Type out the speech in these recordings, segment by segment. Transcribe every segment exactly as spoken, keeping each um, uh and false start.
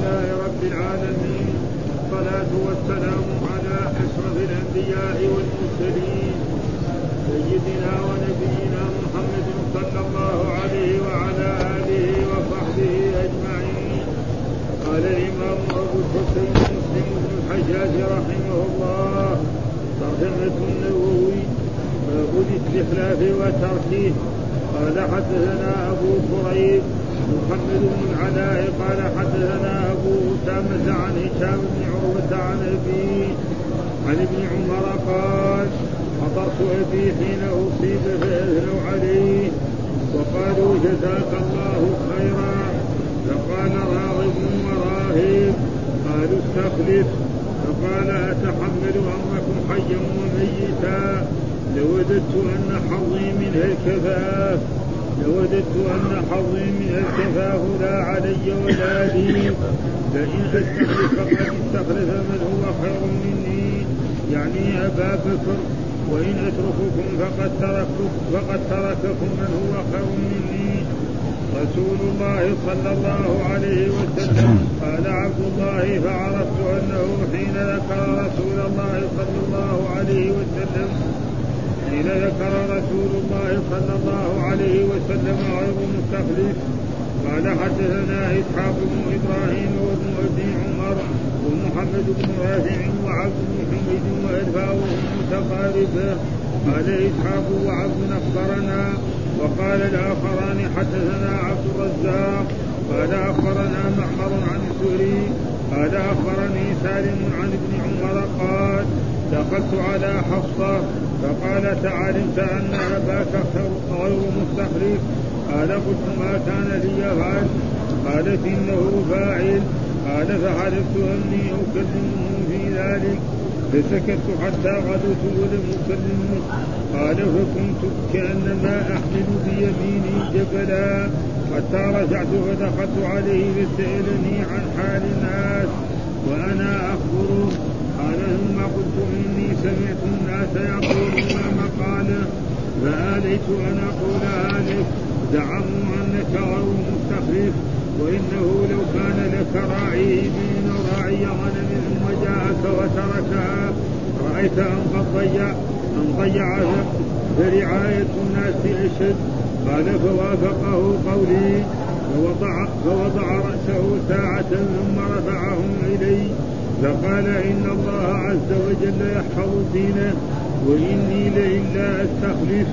لله رب العالمين، والصلاة والسلام على أشرف الأنبياء والمرسلين سيدنا ونبينا محمد صلى الله عليه وعلى آله وصحبه أجمعين. قال الإمام أبو الحسين مسلم بن الحجاج رحمه الله: ترجمة النووي باب الاستخلاف وتركه. قال حدثنا أبو كريب محمد بن العلاء قال حدثنا أبو أسامة عن هشام بن عروة عن أبيه عن ابن عمر قال: حضرت أبي حين أصيب فأثنوا عليه وقالوا جزاك الله خيرا، فقال راغب وراهب، قالوا استخلف، فقال أتحمل أمركم حيا وميتا، لوددت أن حظي منها الكفاف لوددت أن حظي منها الكفاف لا علي ولا لي، فإن أستخلف فقد استخلف من هو خير مني يعني أبا بكر، وإن أترككم فقد تركتكم فقد ترككم من هو خير مني رسول الله صلى الله عليه وسلم. قال عبد الله: فعرفت أنه حين ذكر رسول الله صلى الله عليه وسلم حين ذكر رسول الله صلى الله عليه وسلم غير مستخلف. قال حدثنا إسحاق بن إبراهيم وابن أبي عمر ومحمد بن رافع وعبد بن حميد وألفاظهم متقاربة. قال إسحاق وعبد أخبرنا، وقال الآخران حدثنا عبد الرزاق قال أخبرنا معمر عن الزهري قال أخبرني سالم عن ابن عمر قال: دخلت على حفصة فقالت: علمت أن أباك غير مستخلف؟ قال: قلت: ما كان لي أفعل؟ قالت: إنه فاعل. قال: فحلفت أني أكلمه في ذلك فسكت حتى غدوت ولم أكلمه. قال: فكنت كأنما أحمل بيميني جبلا حتى رجعت فدخلت عليه فسألني عن حال الناس وأنا أخبره. قال: ثم قلت: إني سمعت الناس يقولون مقالة فآليت أن أقولها لك. زعموا أنك غير مستخلف، وإنه لو كان لك راعي من راعي غنم ثم جاءك وتركها رأيت أن قد ضيع أن ضيعها فرعاية الناس أشد. قال: فوافقه قولي فوضع, فوضع رأسه ساعة ثم رفعهم إلي فقال: إن الله عز وجل يحفظ دينه، وإني لإلا أستخلف،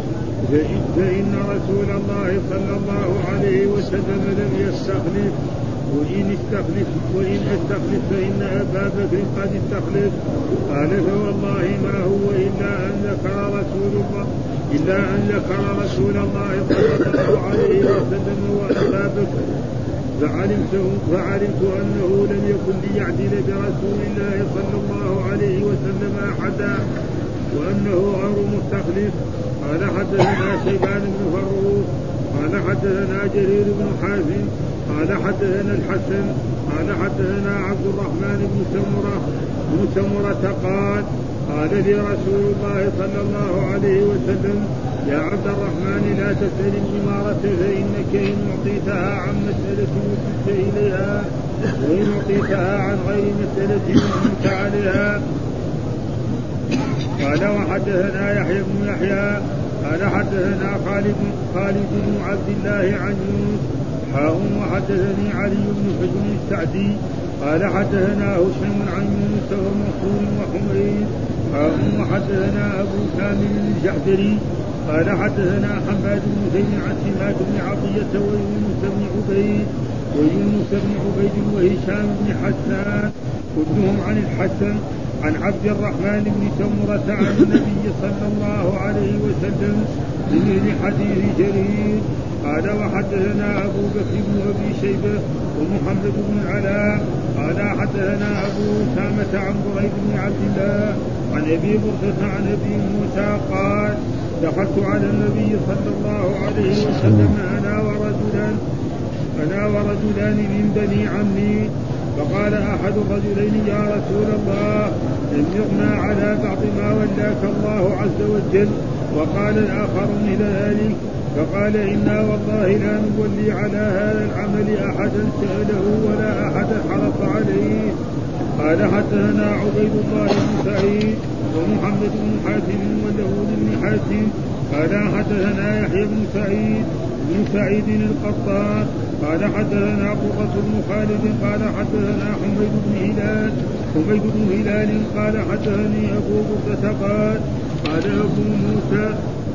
فإن رسول الله صلى الله عليه وسلم لم يستخلف، وإن استخلف وإن أستخلف فإن أبا بكر قد استخلف. قال: فوالله ما هو إلا أن ذكر رسول الله إلا أن ذكر رسول الله صلى الله عليه وسلم وأبا بكر، فعلمت فعلمت أنه لم يكن ليعدل برسول الله صلى الله عليه وسلم أحدا، وأنه غير مستخلف. قال: حدثنا شيبان بن فروخ قال حدثنا جرير بن حازم قال حدثنا الحسن قال حدثنا عبد الرحمن بن سمرة بن سمرة قال: قال لي رسول الله صلى الله عليه وسلم: يا عبد الرحمن لا تسأل الإمارة، فإنك إن أعطيتها عن مسألة وكلت إليها، وإن أعطيتها عن غير مسألة وكلت عليها. قال: وحدثنا يحيى بن يحيى قال حدثنا خالد خالد بن عبد الله عن يونس حاء وحدثني علي بن حجر السعدي قال حدثنا هشام عن يونس ومنصور وحميد حاء وحدثنا أبو كامل الجحدري قال حدثنا حماد بن زيد عن سماك بن عطية ويونس بن عبيد ويونس بن عبيد وهشام بن حسان كلهم عن الحسن عن عبد الرحمن بن سمرة عن النبي صلى الله عليه وسلم بمثل حديث جرير. قال: وحدثنا أبو بكر بن أبي شيبة ومحمد بن العلاء قال حدثنا أبو أسامة عن بريد بن عبد الله عن أبي بردة عن أبي موسى قال: دخلت على النبي صلى الله عليه وسلم أنا ورجلان أنا ورجلان من بني عمي، فقال أحد الرجلين: يا رسول الله أمرنا على بعض ما ولاك الله عز وجل. وقال الآخر مثل ذلك، فقال: إنا والله لا نولي على هذا العمل أحدا سأله ولا أحدا حرص قال حدثنا عبيد الله بن سعيد ومحمد بن حاتم وداود بن حاتم قال حدثنا يحيى بن سعيد بن سعيد القطان قال حدثنا قرة بن خالد قال حدثنا حميد بن هلال حميد بن هلال قال حدثني أبو بردة قال قال أبو موسى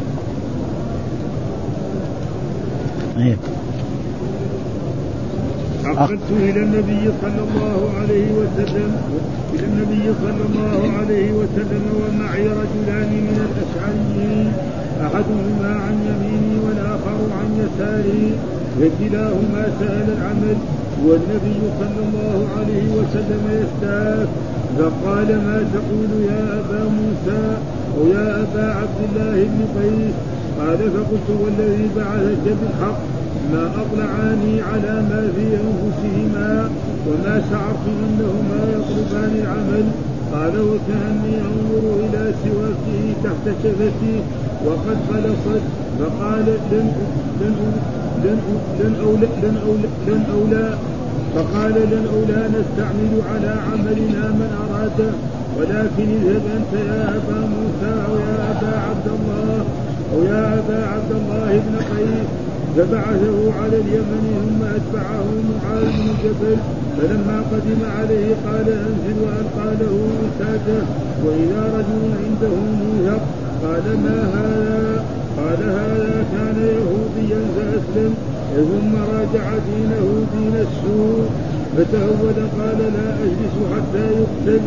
عقدت إلى النبي صلى الله عليه وسلم إلى النبي صلى الله عليه وسلم ومعي رجلان من الأشعريين أحدهما عن يميني والآخر عن يساري وكلاهما سأل العمل والنبي صلى الله عليه وسلم يستاف فقال ما تقول يا أبا موسى أو يا أبا عبد الله بن قيس قال فقلت والذي بعثك بالحق ما أطلعاني على ما في أنفسهما وما شعرت أنهما يطلبان العمل قال وكأني أنظر إلى سواكه تحت شفتي وقد خلصت فقال لن لن لن لن أولى لن أولى لن أولى فقال لن أولى نستعمل على عملنا من أراد ولكن اذهب أنت يا أبا موسى أو يا أبا عبد الله أو يا أبا عبد الله بن قيس فبعثه على اليمن ثم أتبعه معاذ بن جبل فلما قدم عليه قال أنزل وألقى له وساده وإذا رجل عنده موثق قال ما هذا قال هذا كان يهوديا فأسلم ثم راجع دينه دين السوء فتهود قال لا أجلس حتى يقتل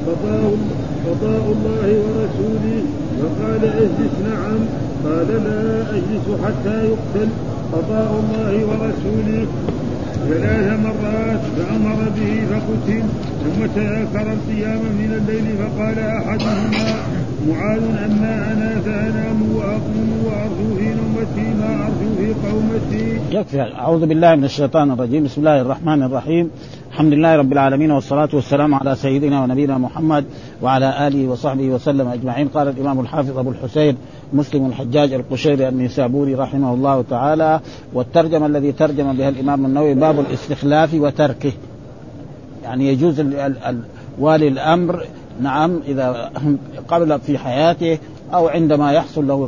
قضاء الله ورسوله فقال اجلس نعم قال لا أجلس حتى يقتل قضاء الله ورسوله ثلاث مرات فأمر به فقتل ثم تذاكر القيام من الليل فقال أحدهما معاذ أما أنا فأنام وأقوم وأرجو في نومتي ما أرجو في قومتي. يكفي. أعوذ بالله من الشيطان الرجيم. بسم الله الرحمن الرحيم. الحمد لله رب العالمين والصلاة والسلام على سيدنا ونبينا محمد وعلى آله وصحبه وسلم أجمعين. قال الإمام الحافظ أبو الحسين مسلم الحجاج القشيري النيسابوري رحمه الله تعالى والترجمة الذي ترجم بها الإمام النووي باب الاستخلاف وتركه، يعني يجوز والي الأمر نعم إذا قبل في حياته أو عندما يحصل له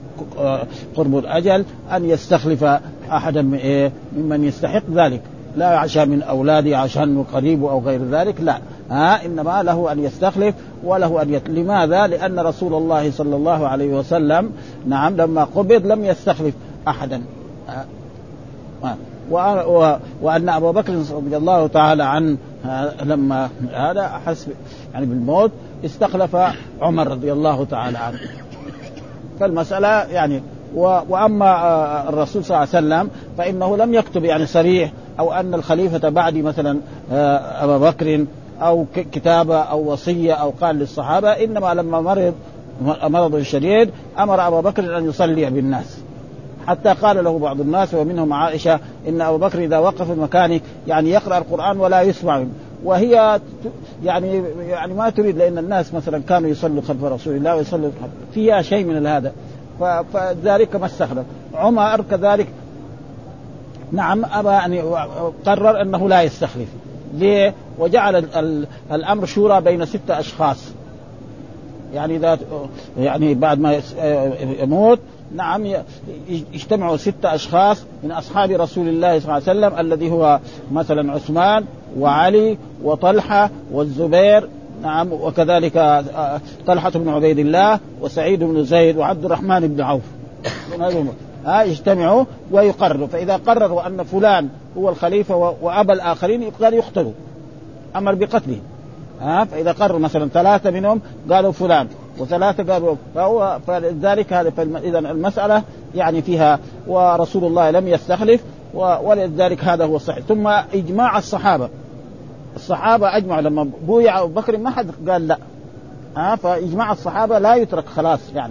قرب الأجل أن يستخلف أحدا ممن يستحق ذلك، لا عشان من أولاده عشان قريبه أو غير ذلك، لا ها إنما له أن يستخلف وله أن يت... لماذا؟ لأن رسول الله صلى الله عليه وسلم نعم لما قبض لم يستخلف أحدا ها. و... و... وأن أبو بكر رضي الله تعالى عنه لما هذا أحس يعني بالموت استخلف عمر رضي الله تعالى عنه. فالمسألة يعني و... وأما الرسول صلى الله عليه وسلم فإنه لم يكتب يعني صريح أو أن الخليفة بعد مثلا أبا بكر أو كتابة أو وصية أو قال للصحابة، إنما لما مرض مرض شديد أمر أبا بكر أن يصلي بالناس، حتى قال له بعض الناس ومنهم عائشة إن أبا بكر إذا وقف في مكانه يعني يقرأ القرآن ولا يسمع منه، وهي يعني يعني ما تريد، لأن الناس مثلا كانوا يصلوا خلف رسول الله ويصلوا فيها شيء من هذا، فذلك ما استخلف. عمر كذلك نعم أبى أن قرر أنه لا يستخلف. ليه؟ وجعل الأمر شورى بين ستة أشخاص، يعني إذا يعني بعد ما يموت نعم يجتمعوا ستة أشخاص من أصحاب رسول الله صلى الله عليه وسلم الذي هو مثلا عثمان وعلي وطلحة والزبير نعم، وكذلك طلحة بن عبيد الله وسعيد بن زيد وعبد الرحمن بن عوف ها يجتمعوا ويقرروا. فإذا قرروا أن فلان هو الخليفة وأبى الآخرين يقدر يقتلوا، أمر بقتله ها. فإذا قرروا مثلا ثلاثة منهم قالوا فلان وثلاثة قالوا فهو فلذلك هذا إذا المسألة يعني فيها ورسول الله لم يستخلف، ولذلك هذا هو الصحيح. ثم إجماع الصحابة الصحابة أجمعوا لما بويع أبو بكر ما حد قال لا ها، فإجماع الصحابة لا يترك خلاص يعني.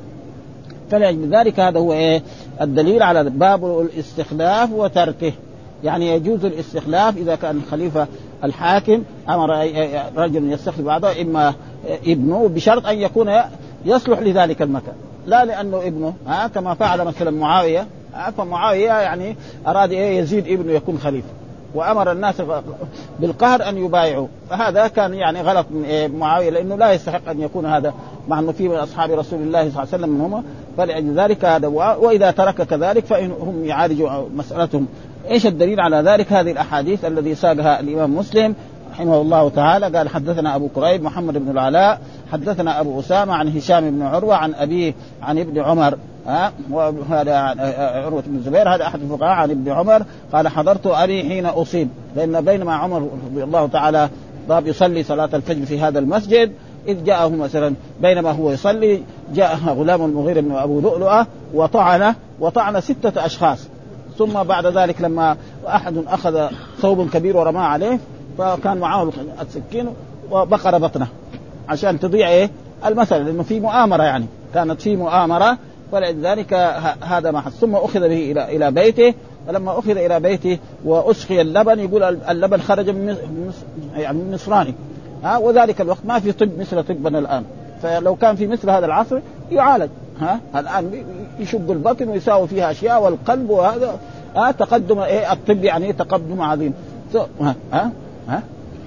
فلذلك هذا هو إيه الدليل على باب الاستخلاف وتركه، يعني يجوز الاستخلاف إذا كان الخليفة الحاكم أمر رجل يستخلف بعضه إما ابنه بشرط أن يكون يصلح لذلك المكان، لا لأنه ابنه ها كما فعل مثلا معاوية، فمعاوية يعني أراد إيه يزيد ابنه يكون خليفة وأمر الناس بالقهر أن يبايعوا، فهذا كان يعني غلط من إيه معاوية، لأنه لا يستحق أن يكون هذا، مع أنه في من أصحاب رسول الله صلى الله عليه وسلم منهم، فلذلك هذا. وإذا ترك كذلك فإنهم يعالجوا مسألتهم. إيش الدليل على ذلك؟ هذه الأحاديث الذي ساقها الإمام مسلم رحمه الله تعالى. قال حدثنا أبو كريب محمد بن العلاء حدثنا أبو أسامة عن هشام بن عروة عن أبيه عن ابن عمر، ها وهذا عروة بن الزبير، هذا أحد الفقهاء، عن ابن عمر قال حضرت أبي حين أصيب، لأن بينما عمر رضي الله تعالى ضاب يصلي صلاة الفجر في هذا المسجد، إذ جاءه مثلا بينما هو يصلي جاء غلام المغيرة بن أبو لؤلؤة وطعنه وطعن ستة أشخاص، ثم بعد ذلك لما أحد أخذ ثوب كبير ورماه عليه، فكان معه السكين وبقر بطنه عشان تضيع إيه المثل، لأنه في مؤامرة، يعني كانت في مؤامرة، فلذلك هذا ما حصل. ثم أخذ به إلى إلى بيته، فلما أخذ إلى بيته وأسقي اللبن، يقول اللبن خرج من يعني من نصراني، ها وذلك الوقت ما في طب مثل طبنا الآن، فلو كان في مثل هذا العصر يعالج، ها الآن يشق البطن ويساوي فيها أشياء والقلب، وهذا ها تقدم إيه الطب، يعني تقدم عظيم، ها ها ها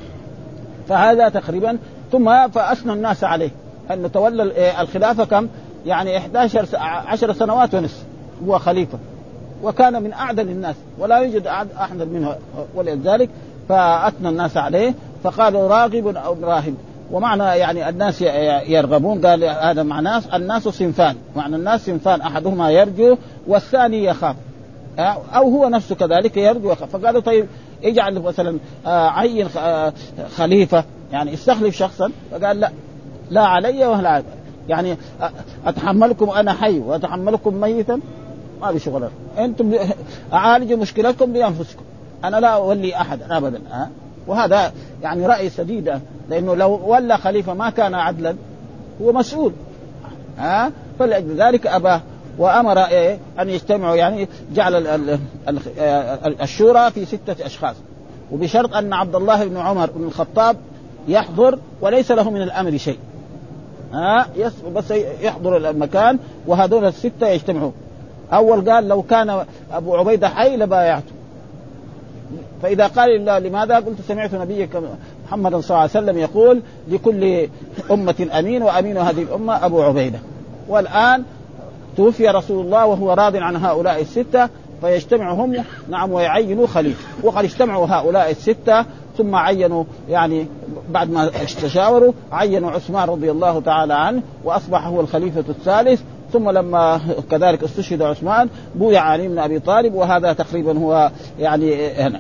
فهذا تقريبا. ثم فأثنى الناس عليه أن تولى الخلافة كم يعني إحدى عشر سنوات ونصف، هو خليفة، وكان من أعدل الناس ولا يوجد أحد منه، ولذلك فأثنى الناس عليه، فقالوا راغب أو راهب، ومعنى يعني الناس يرغبون، قال هذا معناه الناس صنفان، معنى الناس صنفان، أحدهما يرجو والثاني يخاف، أو هو نفسه كذلك يرجو ويخاف. فقالوا طيب اجعل مثلا عين خليفة، يعني استخلف شخصا، فقال لا لا علي ولا علي، يعني أتحملكم أنا حي وأتحملكم ميتا، ما في شغل، أنتم أعالجوا مشكلتكم بأنفسكم، أنا لا أولي أحد أبدا. أه؟ وهذا يعني رأي سديد، لأنه لو ولى خليفة ما كان عدلا هو مسؤول، ها أه؟ فلذلك أباه وأمر إيه أن يجتمعوا، يعني جعل ال ال ال الشورى في ستة أشخاص، وبشرط أن عبد الله بن عمر بن الخطاب يحضر وليس له من الأمر شيء، ها أه؟ بس يحضر المكان، وهذول الستة يجتمعوا. أول قال لو كان أبو عبيدة حي لبايعته، فإذا قال الله لماذا؟ قلت سمعت نبيك محمد صلى الله عليه وسلم يقول لكل أمة أمين، وأمين هذه الأمة أبو عبيدة، والآن توفي رسول الله وهو راض عن هؤلاء الستة، فيجتمعهم نعم ويعينوا خليفة. وقد اجتمعوا هؤلاء الستة ثم عينوا، يعني بعد ما استشاوروا عينوا عثمان رضي الله تعالى عنه، وأصبح هو الخليفة الثالث. ثم لما كذلك استشهد عثمان بويع علي بن أبي طالب، وهذا تقريبا هو يعني هنا.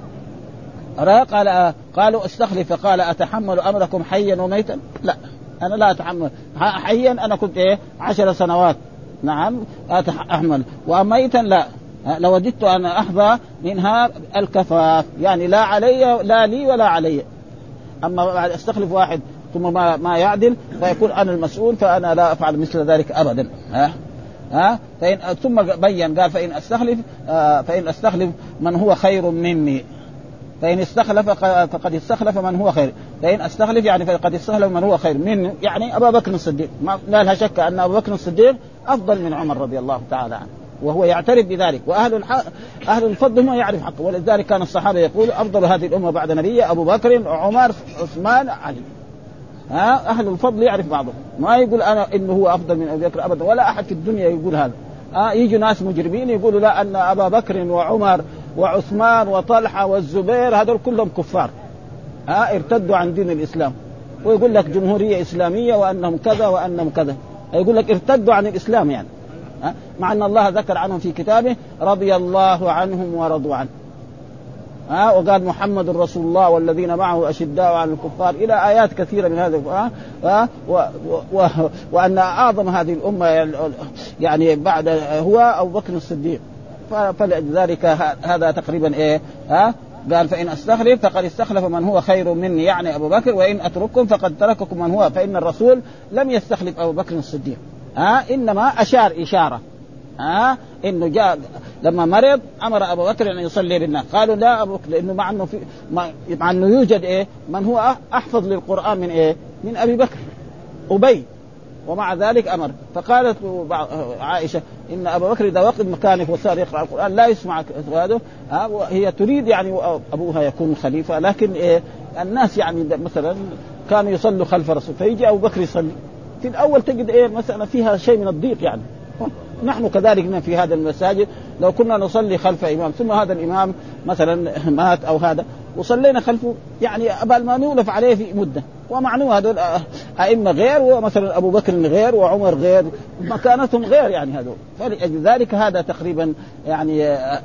قال قالوا استخلف، قال أتحمل أمركم حيا وميتا؟ لا أنا لا أتحمل حيا، أنا كنت إيه عشر سنوات نعم أتحمل، وميتا لا، لوددت أن أحظى منها الكفاف، يعني لا علي لا لي ولا علي. أما بعد استخلف واحد ثم ما ما يعدل فيكون أنا المسؤول، فأنا لا أفعل مثل ذلك أبدا. ها ها فإن ثم بين قال فإن أستخلف آه فإن أستخلف من هو خير مني، فإن استخلف فقد استخلف من هو خير، فإن أستخلف يعني فقد استخلف من هو خير مني، يعني أبا بكر الصديق. ما لها شك أن أبا بكر الصديق أفضل من عمر رضي الله تعالى عنه، وهو يعترف بذلك، وأهل الحق أهل الفضل ما يعرف حقه. ولذلك كان الصحابة يقول أفضل هذه الأمة بعد نبي أبو بكر عمر عثمان علي. ها أهل الفضل يعرف بعضهم، ما يقول أنا إنه هو أفضل من أبي بكر أبدا، ولا أحد في الدنيا يقول هذا. ها يجوا ناس مجرمين يقولوا لا أن أبا بكر وعمر وعثمان وطلحة والزبير هذول كلهم كفار، ها ارتدوا عن دين الإسلام، ويقول لك جمهورية إسلامية وأنهم كذا وأنهم كذا، يقول لك ارتدوا عن الإسلام يعني، ها مع أن الله ذكر عنهم في كتابه رضي الله عنهم ورضوا عنه، ها وقال محمد رسول الله والذين معه أشداء على الكفار إلى آيات كثيرة من هذا. ها و و وأن أعظم هذه الأمة يعني بعد هو أبو بكر الصديق، فلذلك هذا تقريبا إيه ها قال فإن أستخلف فقد استخلف من هو خير مني، يعني أبو بكر، وإن أترككم فقد ترككم من هو، فإن الرسول لم يستخلف أبو بكر الصديق، ها إنما أشار إشارة، ها إنه جاء لما مرض أمر أبو بكر أن يصلي بالناس، قالوا لا أبو بكر، لأنه مع أنه في مع أنه يوجد إيه من هو أحفظ للقرآن من إيه من أبي بكر، أبي ومع ذلك أمر. فقالت عائشة إن أبا بكر إذا وقف مكانك وصار يقرأ القرآن لا يسمع هذا. هي تريد يعني أبوها يكون خليفة، لكن إيه الناس يعني مثلا كانوا يصلوا خلف الرسول فيجي أبو بكر يصلي في الأول تجد إيه مثلا فيها شيء من الضيق. يعني نحن كذلك في هذا المساجد لو كنا نصلي خلف إمام ثم هذا الإمام مثلا مات أو هذا وصلينا خلفه يعني أبا ما نولف عليه في مدة، ومعنوه هذول أئمة غير ومثلا أبو بكر غير وعمر غير مكانتهم غير يعني هذول. فلذلك هذا تقريبا يعني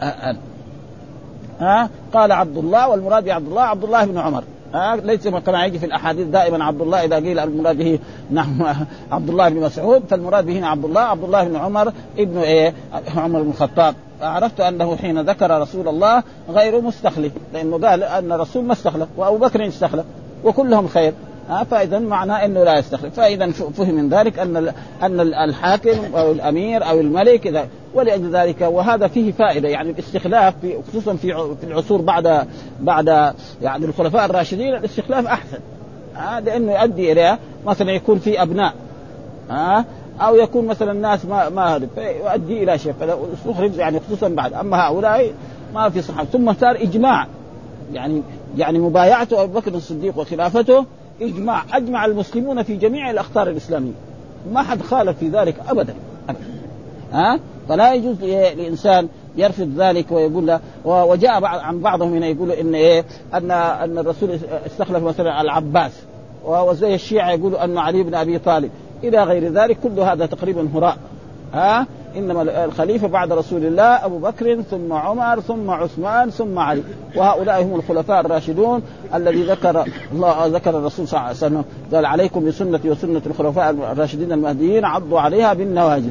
ها قال عبد الله، والمراد بعبد الله عبد الله بن عمر. آه ليس كما يجي في الأحاديث دائما عبد الله إذا قيل المراد به نحن عبد الله بن مسعود، فالمراد به عبد الله عبد الله بن عمر ابن إيه عمر بن الخطاب. عرفت أنه حين ذكر رسول الله غير مستخلف، لأنه قال أن الرسول ما استخلف وأبو بكر استخلف وكلهم خير. آه فإذا معناه أنه لا يستخلف. فإذا فهم من ذلك أن أن الحاكم أو الأمير أو الملك إذا، ولأجل ذلك وهذا فيه فائدة يعني الاستخلاف خصوصا في في العصور بعد بعد يعني الخلفاء الراشدين الاستخلاف أحسن. آه لأنه يؤدي إلى مثلا يكون في أبناء آه أو يكون مثلا الناس ما ما هذا يؤدي إلى شيء فالاستخلاف يعني خصوصا بعد. أما هؤلاء ما في صحة. ثم صار إجماع يعني يعني مبايعته أبو بكر الصديق وخلافته إجماع أجمع المسلمون في جميع الأقطار الإسلامية، ما حد خالف في ذلك أبدا, أبداً. ها فلا يجوز لإنسان يرفض ذلك ويقول له. وجاء عن بعضهم هنا يقول إن إيه أن أن الرسول استخلف مثلا العباس، وزي الشيعة يقولوا أن علي بن أبي طالب إلى غير ذلك. كل هذا تقريبا هراء. ها إنما الخليفة بعد رسول الله أبو بكر ثم عمر ثم عثمان ثم علي، وهؤلاء هم الخلفاء الراشدون الذي ذكر الله ذكر الرسول صلى الله عليه وسلم قال عليكم بسنتي وسنة الخلفاء الراشدين المهديين عضوا عليها بالنواجذ.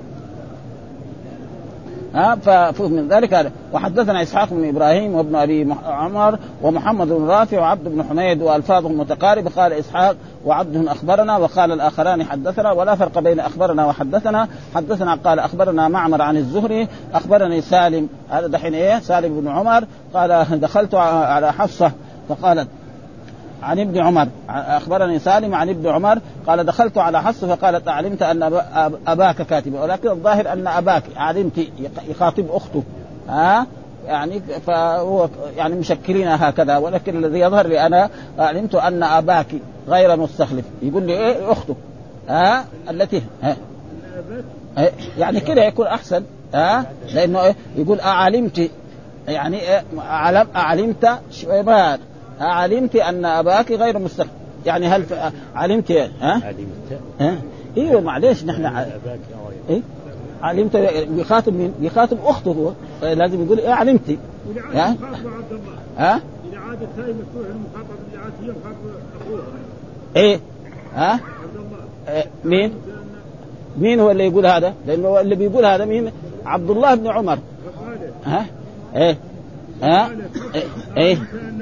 ها ففهم من ذلك هذا. وحدثنا إسحاق بن إبراهيم وابن أبي عمر ومحمد بن رافع وعبد بن حميد وألفاظهم متقاربة. قال إسحاق وعبد أخبرنا وقال الآخران حدثنا، ولا فرق بين أخبرنا وحدثنا. حدثنا قال أخبرنا معمر عن الزهري أخبرني سالم، هذا دحين إيه سالم بن عمر قال دخلت على حفصة فقالت عن ابن عمر أخبرني سالم عن ابن عمر قال دخلت على حفصة فقالت أعلمت أن أباك كاتب، ولكن الظاهر أن أباك علمت يخاطب أخته. ها يعني فهو يعني مشكلين هكذا، ولكن الذي يظهر لي أنا علمت أن أباك غير مستخلف. يقول لي إيه أخته ها التي ها يعني كده يكون أحسن. ها لأنه إيه يقول أعلمت يعني إيه أعلم أعلمت شويبان علمت أن أباك غير مستخلف، يعني هل علمت ها علمت ها ايوه معليش نحن ع... ايه علمت بيخاطب مين؟ بيخاطب اخته هو، لازم يقول ايه علمتي ها ها اذا عادت هاي مفتوح المخاطب اللي عاد هي مخاطب اخوها ايه ها إيه مين مين هو اللي يقول هذا؟ لانه اللي بيقول هذا مين؟ عبد الله بن عمر. ها ايه ها ايه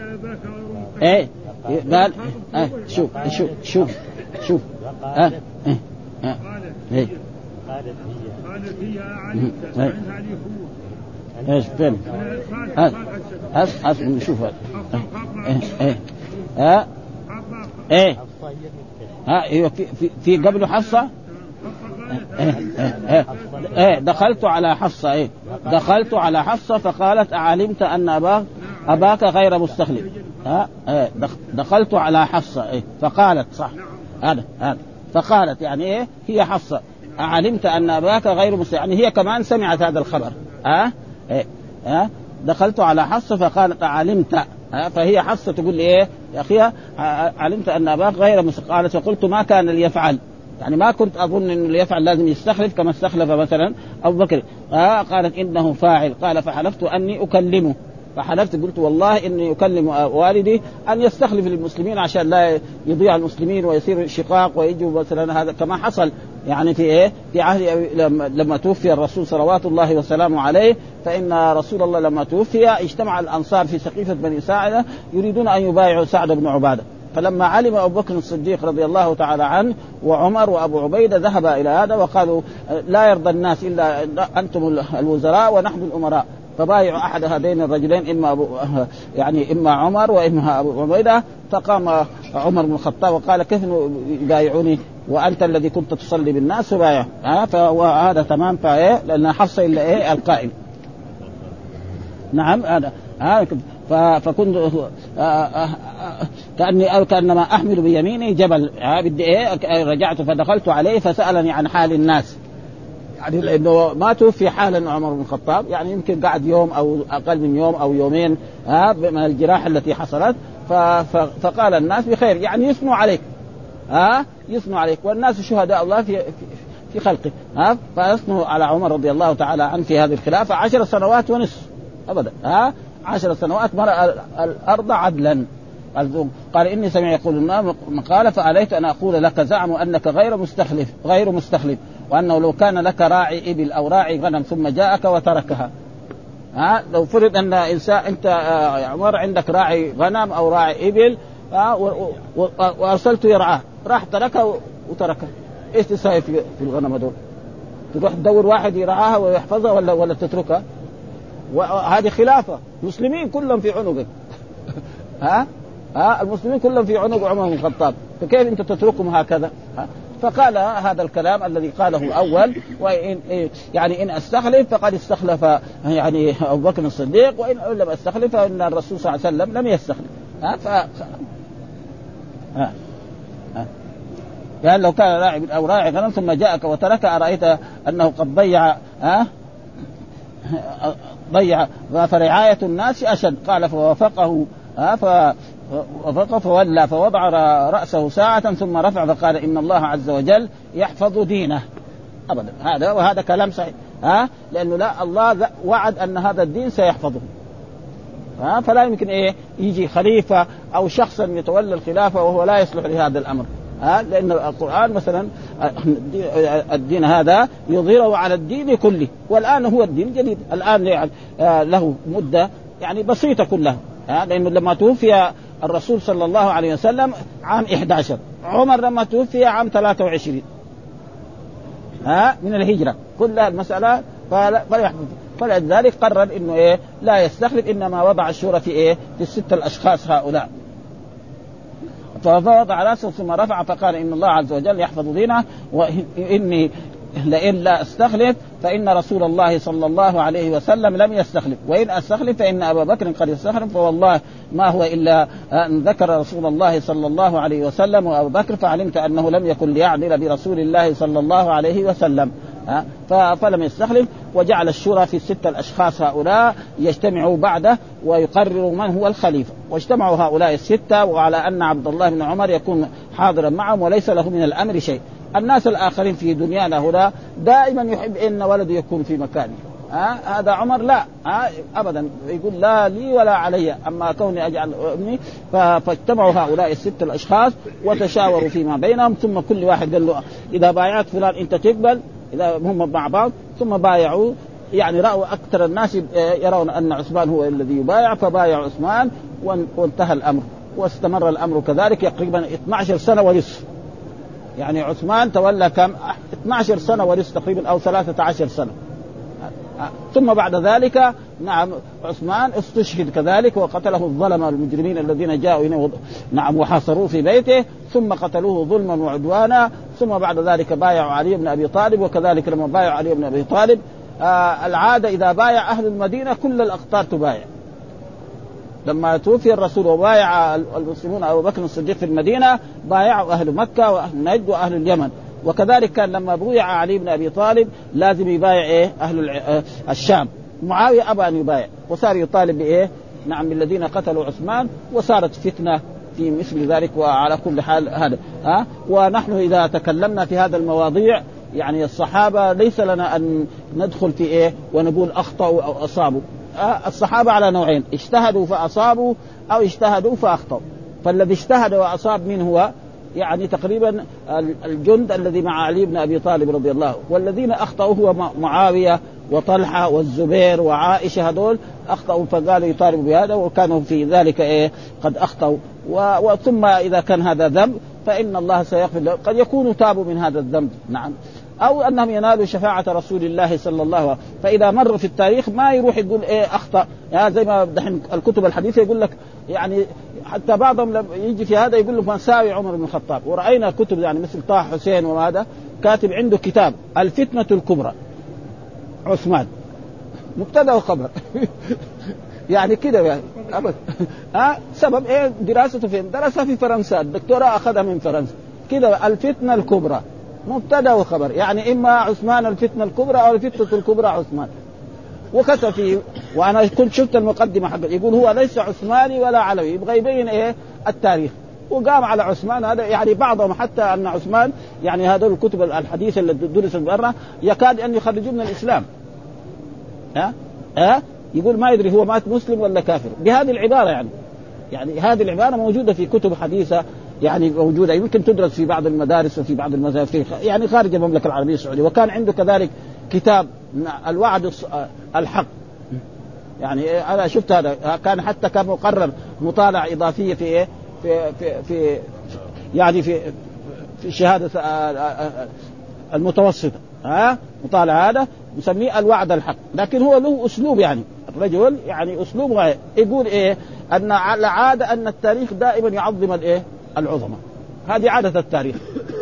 ايه قال اه شوف شوف شوف شوف ها ايه ها ايه قالت هي قالت هي علمت عنها لي ايش فين ها هات هات نشوف هذا ايه ايه ها ايه ها ايوه في في, في قبله حفصة. إيه إيه إيه دخلت على حفصة إيه دخلت على حفصة فقالت أعلمت أن أباك أباك غير مستخلف. ها إيه دخلت على حفصة إيه فقالت صح هذا هذا فقالت يعني إيه هي حفصة أعلمت أن أباك غير مستخلف، يعني هي كمان سمعت هذا الخبر. ها إيه ها دخلت على حفصة فقالت أعلمت، فهي حفصة تقول لي إيه يا أخي علمت أن أباك غير مستخلف. قالت فقلت ما كان ليفعل، يعني ما كنت أظن إنه اللي يفعل لازم يستخلف كما استخلف مثلا أبو بكر. آه قالت إنه فاعل. قال فحلفت أني أكلمه، فحلفت قلت والله إني أكلم والدي أن يستخلف للمسلمين عشان لا يضيع المسلمين ويصير شقاق ويجوا مثلا هذا كما حصل يعني في إيه في عهد لما توفي الرسول صلوات الله وسلامه عليه. فإن رسول الله لما توفي اجتمع الأنصار في سقيفة بني ساعدة يريدون أن يبايعوا سعد بن عبادة. فلما علم أبو بكر الصديق رضي الله تعالى عنه وعمر وأبو عبيدة ذهب إلى هذا وقالوا لا يرضى الناس إلا أنتم الوزراء ونحن الأمراء، فبايعوا أحد هذين الرجلين إما أبو يعني إما عمر وإما أبو عبيدة. فقام عمر بن الخطاب وقال كيف يبايعوني وأنت الذي كنت تصلي بالناس بايع. ها فهذا تمام فإيه لأن حفصة إلا إيه القائل. نعم هذا ها فكنت كأني أو كأنما أحمل بيميني جبل. ها بدي إيه رجعت فدخلت عليه فسألني عن حال الناس، يعني لأنه ما توفي حالا عمر بن الخطاب، يعني يمكن قعد يوم أو أقل من يوم أو يومين ها من الجراح التي حصلت. فقال الناس بخير، يعني يثنوا عليك ها يثنوا عليك، والناس شهداء الله في في خلقه. ها فيثنوا على عمر رضي الله تعالى عنه في هذه الخلافة عشر سنوات ونصف أبدا. ها عشر سنوات مرأ الأرض عدلا. قال إني سمع يقول مقالة فأليت أن أقول لك زعموا أنك غير مستخلف غير مستخلف وأنه لو كان لك راعي إبل أو راعي غنم ثم جاءك وتركها. ها لو فرض أن إنسان أنت يا عمر عندك راعي غنم أو راعي إبل وأرسلت يرعاه، راح تركه وتركه، إيش تساوي في الغنم دول؟ تروح تدور واحد يرعاها ويحفظها ولا ولا تتركها؟ وهذه خلافة المسلمين كلهم في عنقك. ها ها المسلمين كلهم في عنق عمر بن الخطاب، فكيف أنت تتركهم هكذا؟ ها؟ فقال هذا الكلام الذي قاله أول، وإن يعني إن أستخلف فقد استخلف يعني أبو بكر الصديق، وإن لم أستخلف فإن الرسول صلى الله عليه وسلم لم يستخلف. ها ف ها ها يعني لو كان راعي أو راعي غنم ثم جاءك وترك أرأيت أنه قد ضيع ها ضيع فرعاية الناس أشد. قال فوافقه ها فوافقه فولى فوضع رأسه ساعة ثم رفع فقال إن الله عز وجل يحفظ دينه أبدا. هذا وهذا كلام صحيح. ها لأنه لا الله وعد أن هذا الدين سيحفظه. ها فلا يمكن إيه يجي خليفة أو شخصا يتولى الخلافة وهو لا يصلح لهذا الأمر. ها لأن القرآن مثلا الدين هذا يظهره على الدين كله، والآن هو الدين الجديد الآن يعني له مدة يعني بسيطة كلها. ها لأنه لما توفي الرسول صلى الله عليه وسلم عام إحدى عشر، عمر لما توفي عام ثلاثة وعشرين ها من الهجرة، كلها المسألة فلا فلذلك قرر إنه إيه لا يستخلف، إنما وضع الشورى في إيه في الستة الأشخاص هؤلاء. فوضع رأسه ثم رفع فقال إن الله عز وجل يحفظ دينه وإني لئن لا أستخلف فإن رسول الله صلى الله عليه وسلم لم يستخلف، وإن أستخلف فإن أبا بكر قد يستخلف، فوالله ما هو إلا أن ذكر رسول الله صلى الله عليه وسلم وأبو بكر فعلمت أنه لم يكن ليعدل برسول الله صلى الله عليه وسلم. فلم يستخلف وجعل الشورى في الستة الأشخاص هؤلاء يجتمعوا بعده ويقرروا من هو الخليفة. واجتمعوا هؤلاء الستة وعلى أن عبد الله بن عمر يكون حاضرا معهم وليس له من الأمر شيء. الناس الآخرين في دنيانا هنا دائما يحب أن ولده يكون في مكانه. ها هذا عمر لا ها أبدا يقول لا لي ولا علي، أما كوني أجعل ابني. فاجتمعوا هؤلاء الستة الأشخاص وتشاوروا فيما بينهم، ثم كل واحد قال له إذا بايعت فلان أنت تقبل، إذا هم مع بعض ثم بايعوا. يعني رأوا أكثر الناس يرون أن عثمان هو الذي يبايع فبايعوا عثمان وانتهى الأمر. واستمر الأمر كذلك تقريبا اثنتي عشرة سنة ونصف. يعني عثمان تولى كم اثنتي عشرة سنة ونصف تقريبا أو ثلاثة عشر سنة. ثم بعد ذلك نعم عثمان استشهد كذلك وقتله الظلمة المجرمين الذين جاءوا هنا نعم وحاصروه في بيته ثم قتلوه ظلما وعدوانا. ثم بعد ذلك بايعوا علي بن أبي طالب، وكذلك لما بايعوا علي بن أبي طالب آه العادة إذا بايع أهل المدينة كل الأقطار تبايع. لما توفي الرسول وبايع المسلمون أبو بكر الصديق في المدينة بايعوا أهل مكة وأهل نجد وأهل اليمن. وكذلك كان لما بويع علي بن أبي طالب لازم يبايع إيه أهل الشام. معاوية أبى أن يبايع وصار يطالب بإيه نعم بالذين قتلوا عثمان، وصارت فتنة في مثل ذلك. وعلى كل حال هذا ها ونحن إذا تكلمنا في هذا المواضيع يعني الصحابة ليس لنا أن ندخل في إيه ونقول أخطأوا أو أصابوا. الصحابة على نوعين، اجتهدوا فأصابوا أو اجتهدوا فأخطأوا. فالذي اجتهد وأصاب من هو يعني تقريبا الجند الذي مع علي بن أبي طالب رضي الله، والذين أخطأوا هو معاوية وطلحة والزبير وعائشة، هذول أخطأوا فقالوا يطالبوا بهذا وكانوا في ذلك إيه قد أخطأوا. وثم إذا كان هذا ذنب فإن الله سيغفر له، قد يكونوا تابوا من هذا الذنب نعم أو أنهم ينالوا شفاعة رسول الله صلى الله عليه وسلم. فإذا مر في التاريخ ما يروح يقول إيه أخطأ، يعني زي ما دحين الكتب الحديثة يقول لك، يعني حتى بعضهم لما يجي في هذا يقول لك مساوي عمر بن الخطاب. ورأينا كتب يعني مثل طه حسين وهذا كاتب عنده كتاب الفتنة الكبرى عثمان، مبتدأ وخبر يعني كده يعني أبد. ها سبب إيه؟ دراسته فين؟ درسها في فرنسا، الدكتوراه أخذها من فرنسا كده. الفتنة الكبرى مبتدأ وخبر، يعني إما عثمان الفتنة الكبرى أو الفتنة الكبرى عثمان. وكتب فيه، وأنا كنت شفت المقدمة حقه يقول هو ليس عثماني ولا علوي، يبغى يبين إيه التاريخ، وقام على عثمان هذا. يعني بعضهم حتى أن عثمان يعني هذول الكتب الحديثة اللي درست برا يكاد أن يخرجوا من الإسلام. ها ها يقول ما يدري هو مات مسلم ولا كافر بهذه العبارة. يعني يعني هذه العبارة موجودة في كتب حديثة، يعني موجودة يمكن تدرس في بعض المدارس وفي بعض المذاهب يعني خارج المملكة العربية السعودية. وكان عنده كذلك كتاب الوعد الحق، يعني أنا شفت هذا، كان حتى كان مقرر مطالعة إضافية في إيه في في, في يعني في في شهادة المتوسطة، ها مطالعة هذا نسميه الوعد الحق. لكن هو له أسلوب، يعني الرجل يعني أسلوبه يقول إيه أن العادة أن التاريخ دائما يعظم الإيه العظماء، هذه عادة التاريخ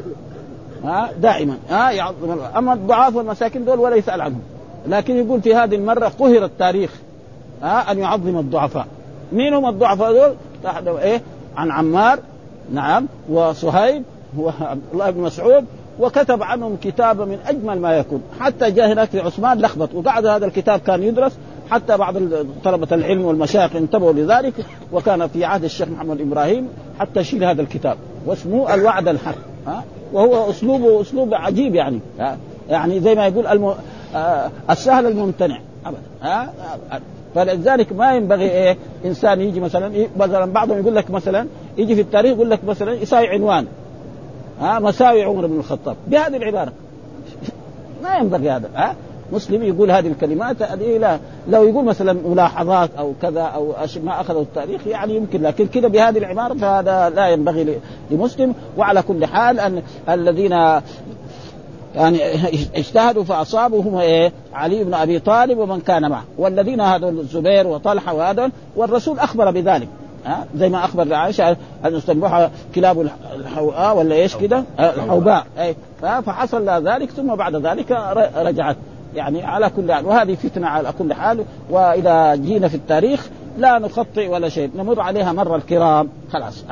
ها دائما ها يعظم. أما الضعاف والمساكين دول ولا يسأل عنهم، لكن يقول في هذه المرة قهر التاريخ ها أن يعظم الضعفاء. مين هم الضعفاء دول؟ إيه عن عمار نعم وصهيب وعبد الله بن مسعود، وكتب عنهم كتابا من أجمل ما يكون. حتى جاء هناك في عثمان لخبط، وقعد هذا الكتاب كان يدرس، حتى بعض طلبة العلم والمشايخ انتبهوا لذلك، وكان في عهد الشيخ محمد إبراهيم حتى شيل هذا الكتاب واسمه الوعد الحق. ها وهو أسلوبه أسلوب عجيب، يعني ها يعني زي ما يقول الم... آه السهل الممتنع أبدا. ها فلذلك ما ينبغي إيه إنسان يجي مثلا إيه مثلا بعضهم يقول لك مثلا يجي في التاريخ يقول لك مثلا يساوي عنوان ها مساوي عمر بن الخطاب بهذه العبارة. ما ينبغي هذا. ها مسلم يقول هذه الكلمات هذه لا، لو يقول مثلا ملاحظات أو كذا أو ما أخذوا التاريخ يعني يمكن، لكن كده بهذه العبارة فهذا لا ينبغي لمسلم. وعلى كل حال أن الذين يعني اجتهدوا فأصابوا هم إيه علي بن أبي طالب ومن كان معه، والذين هذول الزبير وطلحة وهذول، والرسول أخبر بذلك ها زي ما أخبر عائشة أن استنبحها كلاب الحوآ ولا إيش كده الحوباء أي، فحصل لها ذلك ثم بعد ذلك رجعت. يعني على كل حال وهذه فتنة على كل حال. وإذا جينا في التاريخ لا نخطئ ولا شيء، نمر عليها مر الكرام خلاص.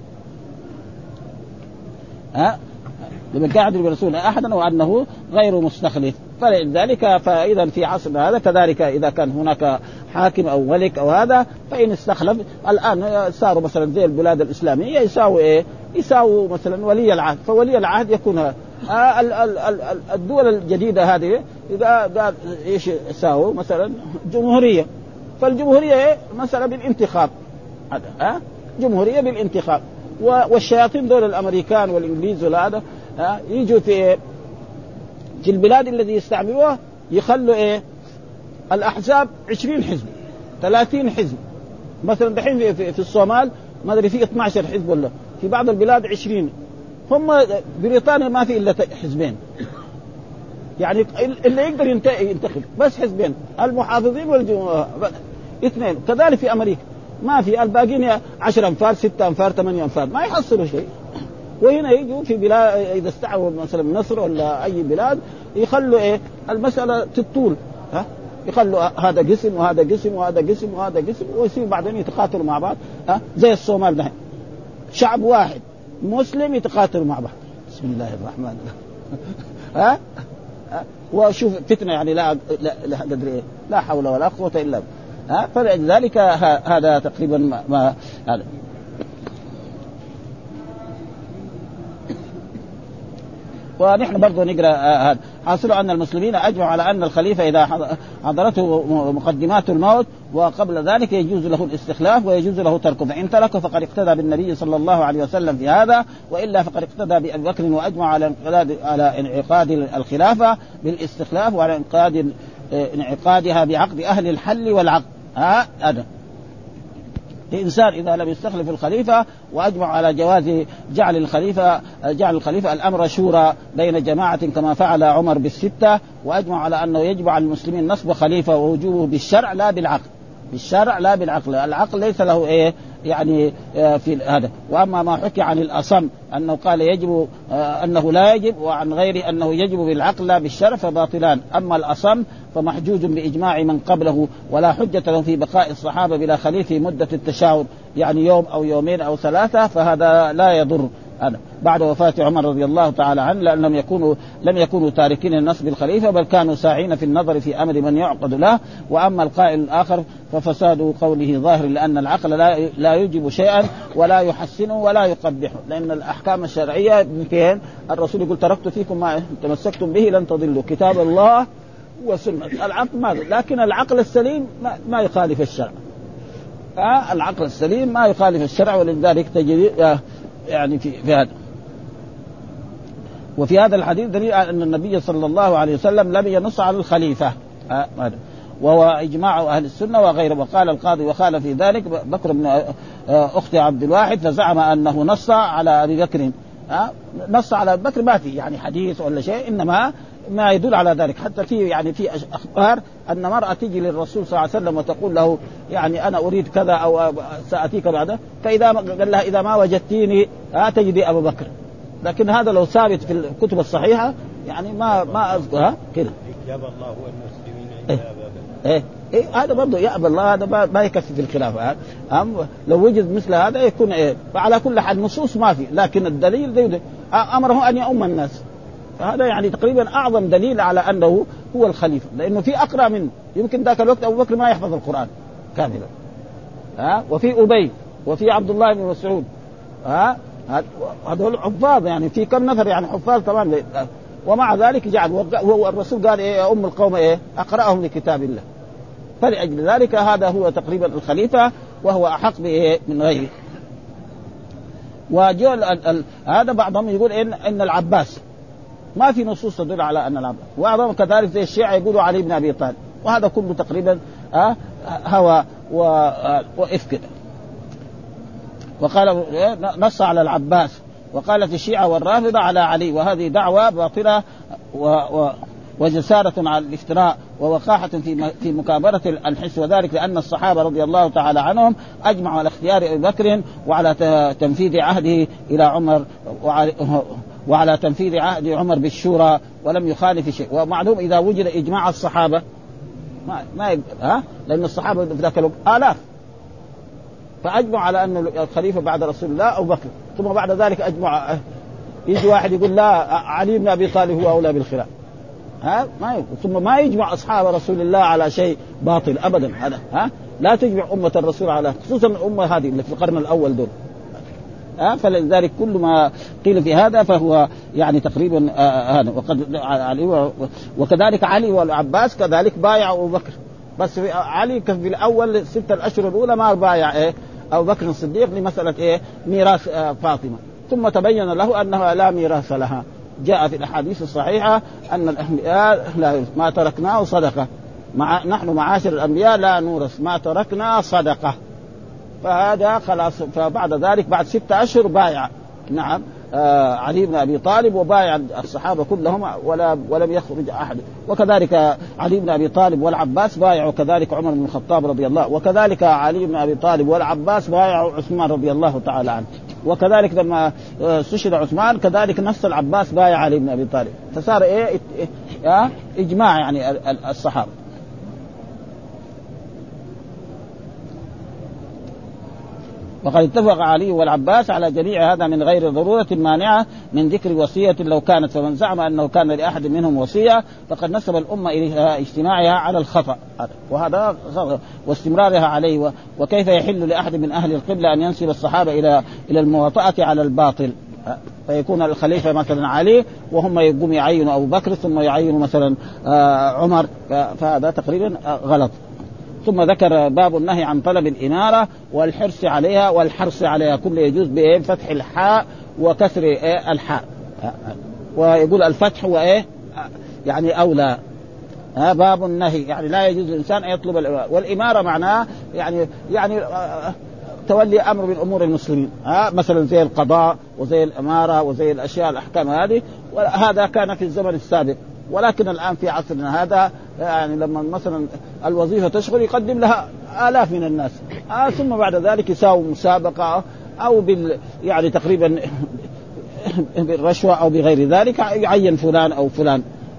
ها لما قاعد الرسول أحدا وأنه غير مستخلف، فلذلك فإذا في عصرنا هذا كذلك إذا كان هناك حاكم أو ملك أو هذا فإن استخلف، الآن صاروا مثلا زي البلاد الإسلامية يساوي إيه يساوي مثلا ولي العهد، فولي العهد يكون آه الدول الجديدة هذه إذا قال إيش يساوي مثلا جمهورية، فالجمهورية إيه مثلا بالانتخاب هذا آه جمهورية بالانتخاب. والشياطين دول الأمريكان والإنجليز وهذا آه يجوا في في البلاد الذي يستعملوها يخلوا إيه الأحزاب عشرين حزب ثلاثين حزب. مثلا دحين في, في, في الصومال ما أدري في اثنا عشر حزب ولا في بعض البلاد عشرين. هم بريطانيا ما في إلا حزبين، يعني اللي يقدر ينتخب بس حزبين المحافظين والجمهور اثنين. كذلك في أمريكا ما في، الباقين عشر أنفار ستة أنفار ثمانية أنفار ما يحصلوا شيء. وهنا يجوا في بلاد إذا استعملوا مثلا مصر ولا أي بلاد يخلوا إيه المسألة تطول، ها يخلوا هذا قسم وهذا قسم وهذا قسم وهذا قسم ويصير بعدين يتقاتلوا مع بعض. ها زي الصومال ده شعب واحد مسلم يتقاتلوا مع بعض. بسم الله الرحمن الرحيم. ها وشوف فتنة يعني لا لا لا قدر إيه لا حول ولا قوة إلا بالله. ها فلذلك هذا تقريبا ما, ما هذا. ونحن برضو نقرأ هذا. حاصل أن المسلمين أجمعوا على أن الخليفة إذا حضرته مقدمات الموت وقبل ذلك يجوز له الاستخلاف ويجوز له تركه، فإن تركه فقد اقتدى بالنبي صلى الله عليه وسلم في هذا، وإلا فقد اقتدى بأبي بكر وأجمع على انقضاء على انعقاد الخلافة بالاستخلاف وعلى انقضاء انعقادها بعقد أهل الحل والعقد. ها هذا إنسان إذا لم يستخلف الخليفة. وأجمع على جواز جعل الخليفة جعل الخليفة الأمر شورى بين جماعة كما فعل عمر بالستة. وأجمع على أنه يجب على المسلمين نصب خليفة ووجوبه بالشرع لا بالعقل، بالشرع لا بالعقل. العقل ليس له إيه يعني في هذا. وأما ما حكي عن الأصم أنه قال يجب أنه لا يجب، وعن غيره أنه يجب بالعقل لا بالشرع، فباطلان. أما الأصم فمحجوج بإجماع من قبله، ولا حجة له في بقاء الصحابة بلا خليفة في مدة التشاور، يعني يوم أو يومين أو ثلاثة، فهذا لا يضر هذا بعد وفاة عمر رضي الله تعالى عنه، لأنهم يكونوا لم يكونوا تاركين النصب الخليفة، بل كانوا ساعين في النظر في أمر من يعقد له. وأما القائل الآخر ففساد قوله ظاهر، لأن العقل لا لا يجب شيئا ولا يحسنه ولا يقبحه، لأن الأحكام الشرعية فين؟ الرسول يقول تركت فيكم ما تمسكتم به لن تضلوا، كتاب الله وسنة. العقل ما، لكن العقل السليم ما, ما يخالف الشرع. آه العقل السليم ما يخالف الشرع، ولذلك تجد آه يعني في, في هذا. وفي هذا الحديث دليل أن النبي صلى الله عليه وسلم لم ينص على الخليفة، آه وهو إجماع أهل السنة وغيره. وقال القاضي وقال في ذلك بكر بن آه أخت عبد الواحد، فزعم أنه نص على أبي بكر. آه نص على أبي بكر ما في يعني حديث ولا شيء، إنما ما يدل على ذلك. حتى في يعني في أخبار أن مرأة تيجي للرسول صلى الله عليه وسلم وتقول له يعني أنا أريد كذا أو سأتيك بعده، فإذا قال لها إذا ما وجدتيني تجدي أبو بكر. لكن هذا لو ثابت في الكتب الصحيحة يعني ما ما أذكرها كده. يأبى الله والمسلمين إيه إيه إيه هذا برضه يأبى الله، هذا ما يكفي في الخلافة. أم لو وجد مثل هذا يكون إيه. فعلى كل حال نصوص ما في، لكن الدليل ده أمره أن يؤم الناس. فهذا يعني تقريبا أعظم دليل على أنه هو الخليفة، لأنه في أقرأ منه. يمكن ذاك الوقت أبو بكر ما يحفظ القرآن كاملا، ها وفي أبي وفي عبد الله بن مسعود، ها هذول حفاظ، يعني في كم نفر يعني حفاظ طبعا. ومع ذلك جعل والرسول قال إيه يا أم القوم إيه أقرأهم لكتاب الله. فلأجل ذلك هذا هو تقريبا الخليفة، وهو أحق بإيه من غيره. وجاء هذا بعضهم يقول إن إن العباس ما في نصوص تدل على أن العباس، وبعضهم كذلك زي الشيعة يقولوا علي بن أبي طالب، وهذا كله تقريبا آه هوى وإفك. وقال نص على العباس، وقالت الشيعة والرافضة على علي، وهذه دعوة باطلة و و وجسارة على الافتراء ووقاحة في في مكابرة الحس، وذلك لأن الصحابة رضي الله تعالى عنهم أجمعوا على اختيار أبي بكر وعلى تنفيذ عهده إلى عمر وعلى تنفيذ عهد عمر بالشورى، ولم يخالف شيء. ومعلوم إذا وجد إجماع الصحابة ما ما ها لأن الصحابة في ذاك الوقت آلاف، فأجمع على أن الخليفة بعد رسول الله أبو بكر، ثم بعد ذلك أجمع يجي واحد يقول لا علي بن أبي طالب هو أولى بالخلافة، ها ما يقول. ثم ما يجمع أصحاب رسول الله على شيء باطل أبدا. هذا ها لا تجمع أمة الرسول على، خصوصا الأمة هذه اللي في القرن الأول دول، ها فلذلك كل ما قيل في هذا فهو يعني تقريبا هذا. وقد علي وكذلك علي والعباس كذلك بايعوا أبو بكر، بس في علي كان في الأول الستة الأشهر الأولى ما بايع إيه أبو بكر الصديق لمسألة إيه ميراث فاطمة، ثم تبين له أنها لا ميراث لها. جاء في الأحاديث الصحيحة أن الأنبياء لا ما تركناه صدقة، مع نحن معاشر الأنبياء لا نورث ما تركنا صدقة. فهذا خلاص. فبعد ذلك بعد ستة أشهر بايع نعم آه علي بن أبي طالب، وبايع الصحابة كلهم ولا ولم يخرج أحد. وكذلك علي بن أبي طالب والعباس بايعوا كذلك عمر بن الخطاب رضي الله، وكذلك علي بن أبي طالب والعباس بايعوا عثمان رضي الله تعالى عنه. وكذلك لما استشهد عثمان كذلك نفس العباس بايع علي بن أبي طالب، فصار إيه إيه إجماع يعني الصحابة. وقد اتفق علي والعباس على جميع هذا من غير ضرورة مانعة من ذكر وصية لو كانت، فمن زعم أنه كان لأحد منهم وصية فقد نسب الأمة إلى اجتماعها على الخطأ، وهذا واستمرارها عليه. وكيف يحل لأحد من أهل القبلة أن ينسب الصحابة إلى إلى المواطأة على الباطل، فيكون الخليفة مثلا علي وهم يقوم يعينوا أبو بكر ثم يعينوا مثلا عمر، فهذا تقريبا غلط. ثم ذكر باب النهي عن طلب الإمارة والحرص عليها والحرص عليها، كله يجوز بفتح الحاء وكسر إيه الحاء، ويقول الفتح هو إيه يعني أولى. ها باب النهي يعني لا يجوز الإنسان أن يطلب الإمارة، والإمارة معناه يعني يعني تولي أمر من أمور المسلمين، ها مثلا زي القضاء وزي الإمارة وزي الأشياء الأحكام هذه، وهذا كان في الزمن السابق. ولكن الآن في عصرنا هذا يعني لما مثلا الوظيفة تشغل يقدم لها آلاف من الناس، آه ثم بعد ذلك يساوي مسابقة أو بال يعني تقريبا بالرشوة أو بغير ذلك يعين فلان أو فلان،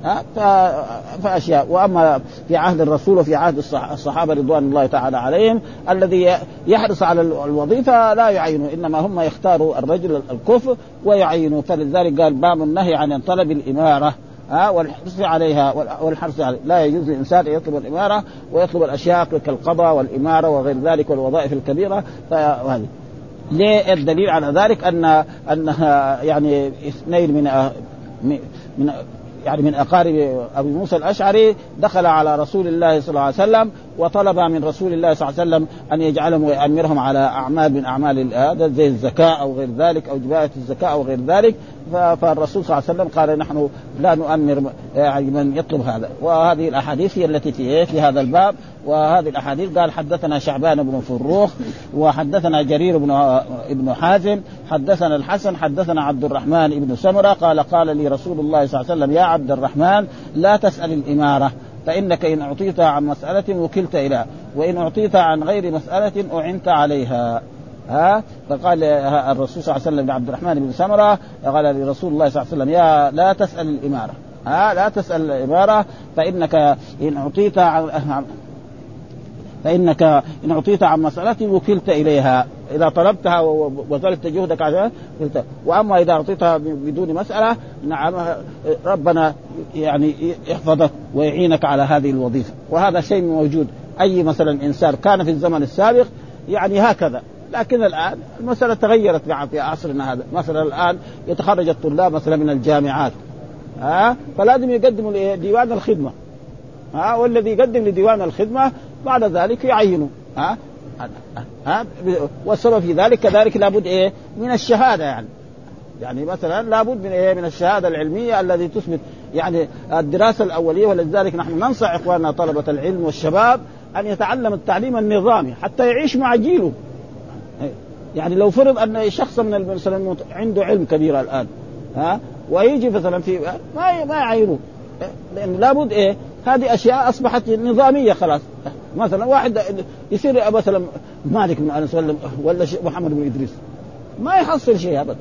فأشياء. وأما في عهد الرسول وفي عهد الصحابة رضوان الله تعالى عليهم الذي يحرص على الوظيفة لا يعينه، إنما هم يختاروا الرجل الكفء ويعينوا. فلذلك قال باب النهي عن طلب الإمارة ها والحرص عليها والحرص عليها. لا يجوز للإنسان يطلب الإمارة ويطلب الأشياء كالقضاء والإمارة وغير ذلك والوظائف الكبيرة. فهذه ليه الدليل على ذلك أن أنها يعني اثنين من من يعني من أقارب أبي موسى الأشعري دخل على رسول الله صلى الله عليه وسلم وطلب من رسول الله صلى الله عليه وسلم أن يجعلهم ويأمرهم على أعمال من أعمال هذا زي الزكاة أو غير ذلك أو جباية الزكاة أو غير ذلك. فالرسول صلى الله عليه وسلم قال نحن لا نؤمر يعني من يطلب هذا. وهذه الأحاديث هي التي في في هذا الباب. وهذه الأحاديث قال حدثنا شعبان بن فروخ وحدثنا جرير بن ابن حازم حدثنا الحسن حدثنا عبد الرحمن بن سمرة قال قال لي رسول الله صلى الله عليه وسلم يا عبد الرحمن لا تسأل الإمارة فإنك إن أعطيت عن مسألة وكلت إليها وإن أعطيت عن غير مسألة أعنت عليها. ها فقال الرسول صلى الله عليه وسلم لعبد الرحمن بن سمرة قال لرسول الله صلى الله عليه وسلم يا لا تسأل الإمارة ها لا تسأل الإمارة فإنك إن أعطيت عن فإنك إن أعطيت عن مسألة وكلت إليها إذا طلبتها وبذلت جهدك عليها. وأما إذا أعطيتها بدون مسألة نعم ربنا يعني يحفظك ويعينك على هذه الوظيفة. وهذا شيء موجود. أي مثلا إنسان كان في الزمن السابق يعني هكذا، لكن الآن المسألة تغيرت في عصرنا هذا. مثلا الآن يتخرج الطلاب مثلا من الجامعات ها فلازم يقدموا ديوان الخدمة ها والذي يقدم لديوان الخدمة بعد ذلك يعينوا ها ها والسبب في ذلك كذلك لابد ايه من الشهادة. يعني يعني مثلا لابد من ايه من الشهادة العلمية الذي تثبت يعني الدراسة الأولية. ولذلك نحن ننصح إخواننا طلبة العلم والشباب أن يتعلم التعليم النظامي حتى يعيش مع جيله. يعني لو فرض أن شخص من مثلا عنده علم كبير الآن ها ويجي مثلا في ما ما يعينوه لأن لابد إيه هذه أشياء أصبحت نظامية خلاص. مثلا واحد يصير مثلا مالك بن أنس ولا ولا محمد بن إدريس ما يحصل شيء أبدا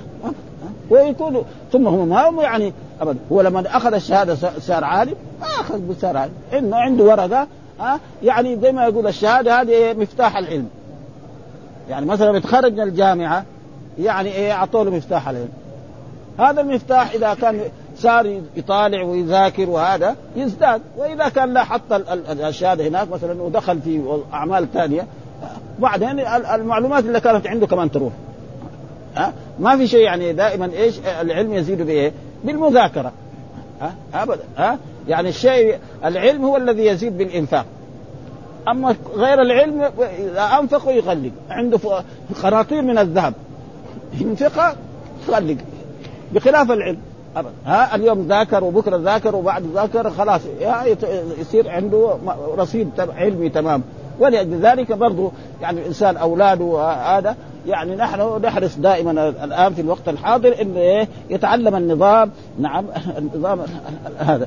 ويكون ثم هم ما هم يعني أبدا. هو لما أخذ الشهادة صار عالم ما أخذ بصار عالم إنه عنده ورقة ها يعني زي ما يقول الشهادة هذه مفتاح العلم. يعني مثلا يتخرج من الجامعة يعني إيه أعطوا له مفتاح العلم. هذا المفتاح إذا كان صار يطالع ويذاكر وهذا يزداد، وإذا كان لا حط الشهادة هناك مثلا ودخل في أعمال ثانية بعدين المعلومات اللي كانت عنده كمان تروح. ها ما في شيء. يعني دائما إيش العلم يزيد بإيه بالمذاكرة ها أبدا. ها يعني الشيء العلم هو الذي يزيد بالإنفاق. أما غير العلم إذا أنفق يغلق عنده قراطير من الذهب ينفقها يغلق بخلاف العلم أبدا. ها اليوم ذاكر وبكرة ذاكر وبعد ذاكر خلاص يصير عنده رصيد علمي تمام. ولأجل ذلك برضو يعني الإنسان أولاده هذا يعني نحن نحرص دائما الآن في الوقت الحاضر إنه يتعلم النظام. نعم النظام هذا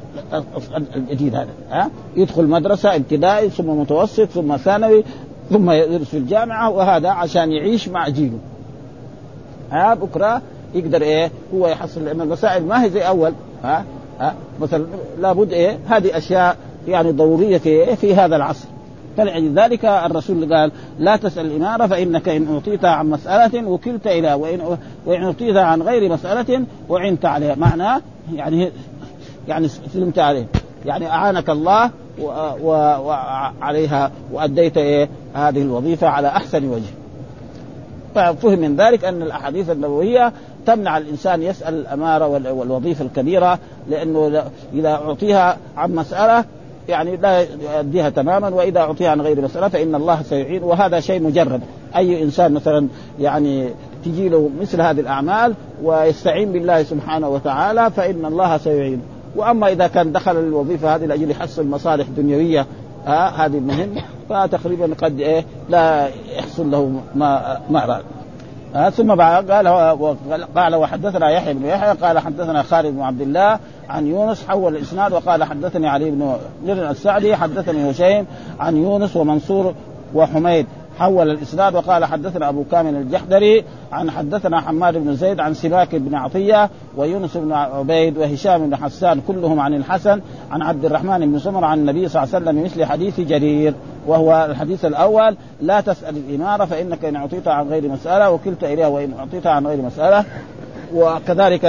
الجديد هذا ها يدخل مدرسة ابتدائي ثم متوسط ثم ثانوي ثم يدرس في الجامعة وهذا عشان يعيش مع جيله. ها بكرة يقدر إيه هو يحصل المسائل ما هي زي أول. ها ها مثلا لابد إيه هذه أشياء يعني ضرورية في, في هذا العصر. فلذلك الرسول قال لا تسأل الإمارة فإنك إن أعطيتها عن مسألة وكلت إليها وإن وإن أعطيتها عن غير مسألة وعنت عليها. معناه يعني يعني سلمت عليه يعني أعانك الله وعليها وأديت إيه هذه الوظيفة على أحسن وجه. ففهم من ذلك أن الأحاديث النبوية تمنع الإنسان يسأل الأمارة والوظيفة الكبيرة لأنه إذا أعطيها عن مسألة يعني لا يؤديها تماما وإذا أعطيها عن غير مسألة فإن الله سيعين. وهذا شيء مجرد. أي إنسان مثلا يعني تجي له مثل هذه الأعمال ويستعين بالله سبحانه وتعالى فإن الله سيعين. وأما إذا كان دخل الوظيفة هذه لأجل يحصل مصالح دنيوية آه هذه المهم فتقريبا قد إيه لا يحصل له ما ما أراد. آه ثم بعد قال قال وحدثنا يحيى بن يحيى قال حدثنا خالد بن عبد الله عن يونس حول الإسناد وقال حدثني علي بن نر السعدي حدثني هشيم عن يونس ومنصور وحميد حول الإسناد وقال حدثنا أبو كامل الجحدري عن حدثنا حماد بن زيد عن سماك بن عطية ويونس بن عبيد وهشام بن حسان كلهم عن الحسن عن عبد الرحمن بن سمر عن النبي صلى الله عليه وسلم مثل حديث جرير وهو الحديث الأول لا تسأل الإمارة فإنك إن أعطيت عن غير مسألة وكلت إليها وإن أعطيت عن غير مسألة. وكذلك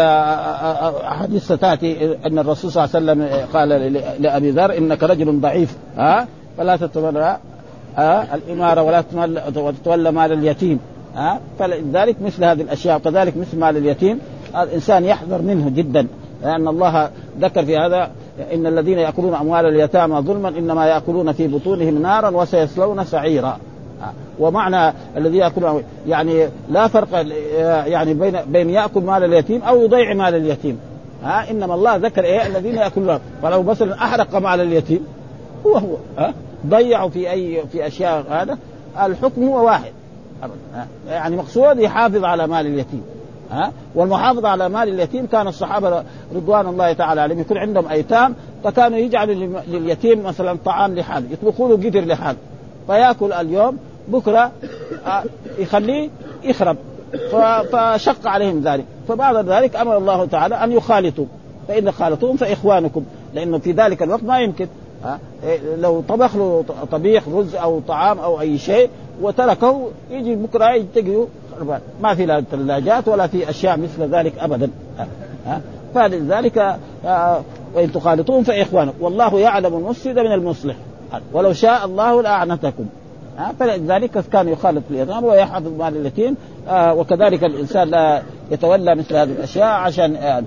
حديث ستاتي ان الرسول صلى الله عليه وسلم قال لأبي ذر انك رجل ضعيف ها فلا تتولى الإمارة ولا تتولى مال اليتيم ها فلذلك مثل هذه الأشياء كذلك مثل مال اليتيم الإنسان يحذر منه جدا لأن الله ذكر في هذا إن الذين يأكلون أموال اليتامى ظلما إنما يأكلون في بطونهم نارا وسيصلون سعيرا. ومعنى الذي يأكل يعني لا فرق يعني بين بين يأكل مال اليتيم أو يضيع مال اليتيم ها إنما الله ذكر إيه الذين يأكلون. فلو مثلا أحرق مال اليتيم هو هو ها ضيعوا في أي في أشياء هذا الحكم هو واحد يعني مقصود يحافظ على مال اليتيم ها. والمحافظة على مال اليتيم كان الصحابة رضوان الله تعالى عليهم يكون عندهم أيتام فكانوا يجعلوا لليتيم مثلا طعام لحاله يطبخوا له قدر لحاله فيأكل اليوم بكرة يخليه يخرب فشق عليهم ذلك. فبعد ذلك أمر الله تعالى أن يخالطوا فإن خالطوهم فإخوانكم لأنه في ذلك الوقت ما يمكن ها لو طبخ له طبيخ رز أو طعام أو أي شيء وتركه يجي بكرة يتقيوا ما في لا ثلاجات ولا في أشياء مثل ذلك أبدا ها. فلذلك وإن تخالطوهم فإخوانكم والله يعلم المفسد من المصلح ولو شاء الله لأعنتكم. فلذلك كان يخالط اليتيم ويحفظ مال اليتيم وكذلك الإنسان لا يتولى مثل هذه الأشياء عشان.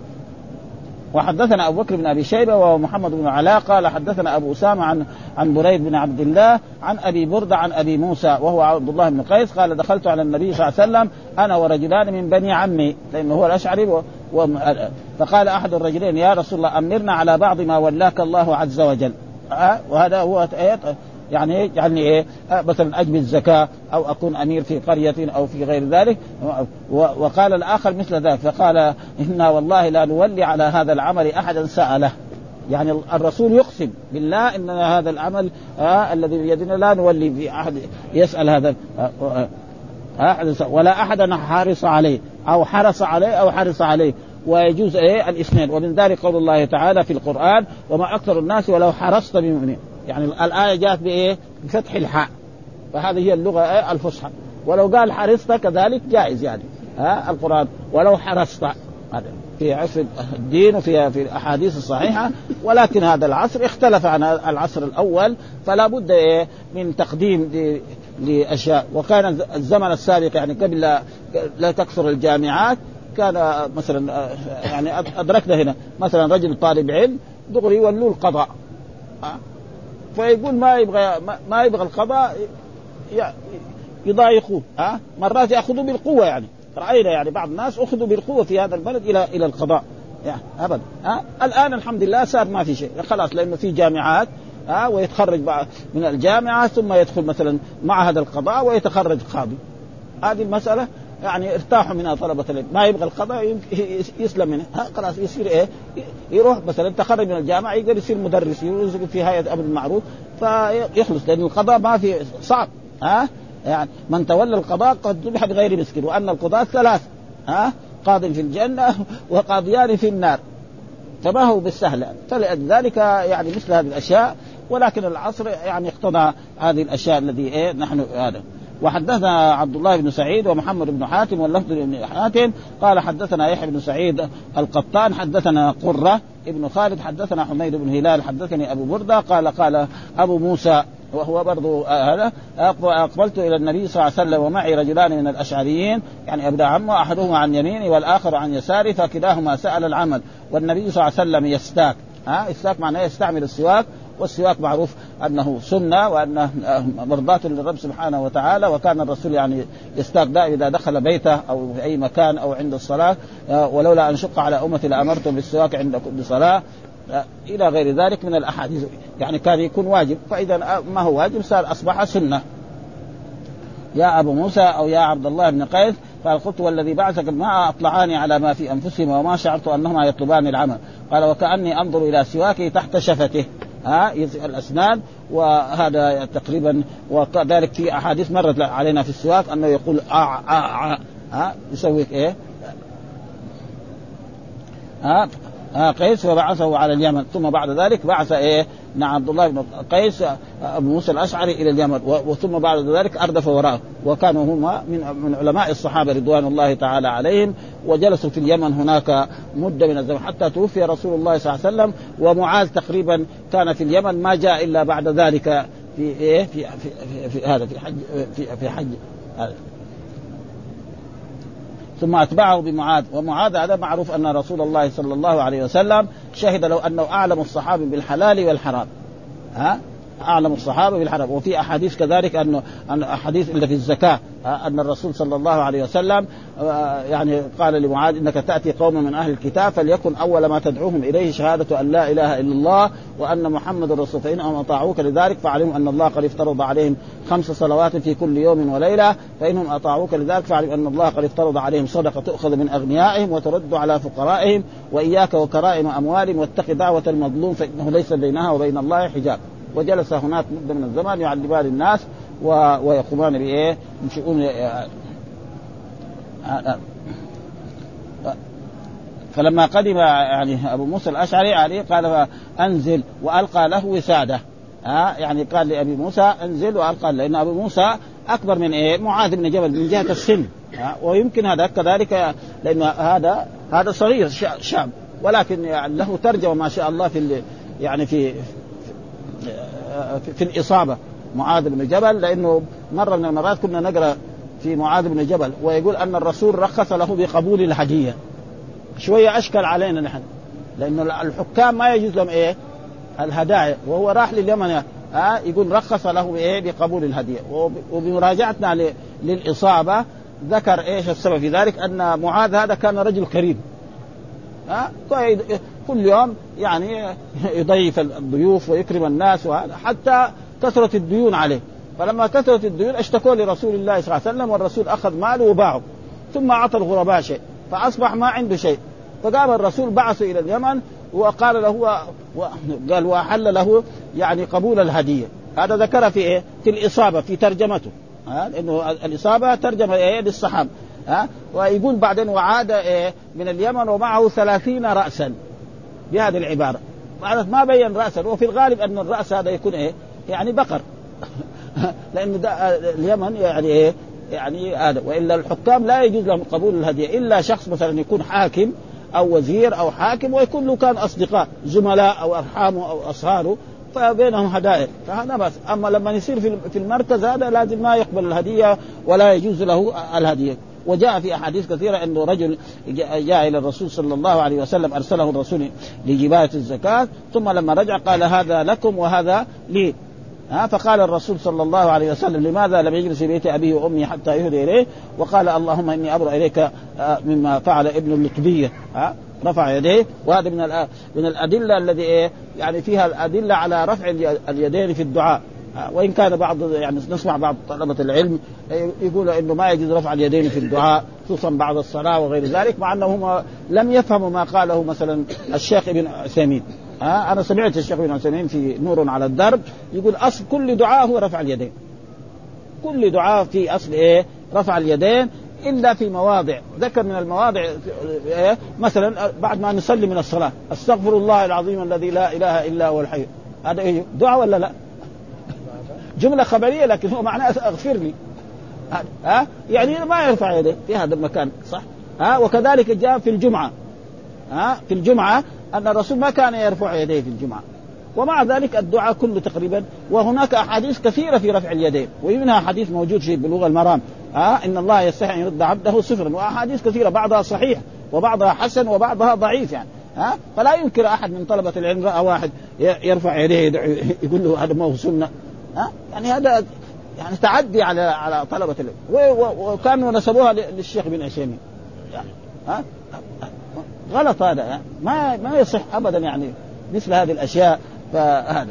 وحدثنا أبو بكر بن أبي شيبة ومحمد بن علاء قال حدثنا أبو أسامة عن عن بريد بن عبد الله عن أبي بردة عن أبي موسى وهو عبد الله بن قيس قال دخلت على النبي صلى الله عليه وسلم أنا ورجلان من بني عمي لأنه هو الأشعري و... و... فقال أحد الرجلين يا رسول الله أمرنا على بعض ما ولاك الله عز وجل أه؟ وهذا هو يعني يعني إيه مثلا أجب الزكاة أو أكون أمير في قرية أو في غير ذلك. وقال الآخر مثل ذلك فقال إنا والله لا نولي على هذا العمل أحدا سأله يعني الرسول يقسم بالله إن هذا العمل آه الذي بيدنا لا نولي في أحد يسأل هذا آه آه ولا أحدا حارس عليه أو حرص عليه أو حرص عليه ويجوز إيه الاثنين. ومن ذلك قول الله تعالى في القرآن وما أكثر الناس ولو حرصت بمؤمنين يعني الآية جاءت بإيه بفتح الحاء فهذه هي اللغة إيه الفصحى. ولو قال حرصت كذلك جائز يعني ها القرآن ولو حرصت هذا في عصر الدين وفي في الأحاديث الصحيحة. ولكن هذا العصر اختلف عن العصر الأول فلا بد إيه من تقديم لأشياء. وكان الزمن السابق يعني قبل لا, لا تكثر الجامعات كان مثلا يعني أدركنا هنا مثلا رجل طالب علم دغري يولوا القضاء فيقول ما يبغى ما يبغى القضاء يضايقوه ها مرات يأخذوا بالقوة يعني رأينا يعني بعض الناس أخذوا بالقوة في هذا البلد إلى إلى القضاء يعني أبدا ها. الآن الحمد لله صار ما في شيء خلاص لأنه في جامعات ها ويتخرج من الجامعة ثم يدخل مثلا معهد القضاء ويتخرج قاضي. هذه المسألة يعني ارتاحوا منها طلبة العلم ما يبغى القضاء يسلم منه ها خلاص يصير ايه يروح مثلا تخرج من الجامعة يقدر يصير مدرس يوزق في هيئة أمر المعروف فيخلص لأن القضاء ما في صعب ها يعني من تولى القضاء قد ذبح بغير مسكين وأن القضاة ثلاث ها قاض في الجنة وقاضيان في النار فما هو بالسهل. فلذلك يعني مثل هذه الأشياء ولكن العصر يعني اقتضى هذه الأشياء الذي ايه نحن هذا. وحدثنا عبد الله بن سعيد ومحمد بن حاتم واللفظ بن حاتم قال حدثنا يحيى بن سعيد القطان حدثنا قرة ابن خالد حدثنا حميد بن هلال حدثني أبو بردة قال قال أبو موسى وهو برضو هذا أقبلت إلى النبي صلى الله عليه وسلم ومعي رجلان من الأشعريين يعني ابن عمه أحدهما عن يميني والآخر عن يساري فكلاهما سأل العمل والنبي صلى الله عليه وسلم يستاك ها يستاك معناه يستعمل السواك والسواك معروف أنه سنة وأنه مرضاة للرب سبحانه وتعالى. وكان الرسول يعني يستاك دائما إذا دخل بيته أو في أي مكان أو عند الصلاة ولولا أن شق على أمتي لأمرتم بالسواك عند كل صلاة إلى غير ذلك من الأحاديث يعني كان يكون واجب فإذا ما هو واجب صار أصبح سنة. يا أبو موسى أو يا عبد الله بن قيس، قال قلت والذي بعثك ما أطلعاني على ما في أنفسهم وما شعرت أنهما يطلبان العمل. قال وكأني أنظر إلى سواكه تحت شفته، ها الأسنان، وهذا تقريبا. وكذلك في أحاديث مرت علينا في السواك أنه يقول آع آع آع، ها يسوي إيه ها ها قيس وبعثه على اليمن. ثم بعد ذلك بعث إيه نعم عبد الله بن قيس أبو موسى الأشعري إلى اليمن، وثم بعد ذلك أردف وراءه، وكانوا هما من من علماء الصحابة رضوان الله تعالى عليهم، وجلسوا في اليمن هناك مدة من الزمن حتى توفي رسول الله صلى الله عليه وسلم. ومعاذ تقريبا كان في اليمن، ما جاء إلا بعد ذلك في إيه في في, في, في هذا في حج في, في حج هذا. ثم أتبعه بمعاذ. ومعاذ هذا معروف أن رسول الله صلى الله عليه وسلم شهد له أنه أعلم الصحابة بالحلال والحرام، ها أعلم الصحابة بالحرام. وفي أحاديث كذلك أنه أن أحاديث اللي في الزكاة أن الرسول صلى الله عليه وسلم يعني قال لمعاذ إنك تأتي قوم من أهل الكتاب فليكن أول ما تدعوهم إليه شهادة أن لا إله إلا الله وأن محمد رسول، فإنهم أطاعوك لذلك فعلموا أن الله قد افترض عليهم خمس صلوات في كل يوم وليلة، فإنهم أطاعوك لذلك فعلموا أن الله قد افترض عليهم صدقة تؤخذ من أغنيائهم وترد على فقرائهم، وإياك وكرائم أموالهم واتق دعوة المظلوم فإنه ليس بينها وبين الله حجاب. وجلس هناك مدة من الزمان يعلمان الناس ويقومان بإيه من شؤون. فلما قدم يعني أبو موسى الأشعري عليه قال أنزل، وألقى له وسادة، ها يعني قال لأبي موسى أنزل وألقى، لأن أبو موسى أكبر من إيه معاذ بن جبل من جهة السن، ويمكن هذا كذلك لأن هذا هذا صغير شاب، ولكن يعني له ترجمة ما شاء الله في يعني في في الإصابة معاذ بن جبل، لأنه مرة من المرات كنا نقرأ في معاذ بن جبل ويقول أن الرسول رخص له بقبول الهدية. شوية أشكل علينا نحن، لأنه الحكام ما يجوز لهم إيه الهدايا، وهو راح لليمن آه يقول رخص له بإيه بقبول الهدية. وبمراجعتنا للإصابة ذكر إيش السبب في ذلك، أن معاذ هذا كان رجل كريم، آه كل يوم يعني يضيف الضيوف ويكرم الناس، وهذا حتى كثرت الديون عليه. فلما كثرت الديون اشتكوا لرسول الله صلى الله عليه وسلم، والرسول أخذ ماله وباعه، ثم أعطى الغرباء شيء، فأصبح ما عنده شيء. فقام الرسول بعثه إلى اليمن وقال له و... قال وأحل له يعني قبول الهدية. هذا ذكر في إيه في الإصابة في ترجمته، ها لأنه الإصابة ترجمة إيه للصحابة، ها ويقول بعدين وعاد إيه من اليمن ومعه ثلاثين رأسا بهذه العبارة، ما بين رأسا، وفي الغالب أن الرأس هذا يكون إيه يعني بقر لأن اليمن يعني إيه يعني هذا. وإلا الحكام لا يجوز لهم قبول الهدية إلا شخص مثلا يكون حاكم أو وزير أو حاكم، ويكون له كان أصدقاء زملاء أو أرحامه أو أصهاره فبينهم هدايا، فهذا بس. أما لما يصير في المركز هذا لازم ما يقبل الهدية ولا يجوز له الهدية. وجاء في أحاديث كثيرة أنه رجل جاء إلى الرسول صلى الله عليه وسلم أرسله الرسول لجباية الزكاة، ثم لما رجع قال هذا لكم وهذا لي، ها فقال الرسول صلى الله عليه وسلم لماذا لم يجلس في بيت أبيه وأمي حتى يهدي إليه؟ وقال اللهم إني أبرأ إليك مما فعل ابن اللتبية، ها رفع يديه. وهذا من من الأدلة الذي إيه يعني فيها الأدلة على رفع اليدين في الدعاء. وإن كان بعض يعني نسمع بعض طلبة العلم يقول إنه ما يجوز رفع اليدين في الدعاء خصوصا بعد الصلاة وغير ذلك، مع أنهم لم يفهموا ما قاله مثلا الشيخ ابن عثيمين. ها أنا سمعت الشيخ ابن عثيمين في نور على الدرب يقول أصل كل دعاء هو رفع اليدين، كل دعاء في أصل إيه رفع اليدين، إلا في مواضع ذكر من المواضع إيه مثلا بعد ما نصلي من الصلاة استغفر الله العظيم الذي لا إله إلا هو الحي، هذا إيه دعاء ولا لا؟ جملة خبرية لكن هو معناه أغفر لي، ها يعني ما يرفع يديه في هذا المكان صح. ها وكذلك جاء في الجمعة، ها في الجمعة أن الرسول ما كان يرفع يديه في الجمعة، ومع ذلك الدعاء كله تقريبا. وهناك أحاديث كثيرة في رفع اليدين، ومنها حديث موجود في بلوغ المرام، ها إن الله يستحي أن يرد عبده صفرا، وأحاديث كثيرة بعضها صحيح وبعضها حسن وبعضها ضعيف يعني. ها فلا يمكن أحد من طلبة العلم رأى واحد يرفع يديه يقول له هذا ما هو سنة، ها يعني هذا يعني تعدي على على طلبة العلم. وكانوا نسبوها للشيخ بن عثيمين يعني، ها غلط هذا يعني. ما ما يصح أبدا يعني مثل هذه الأشياء. فهذا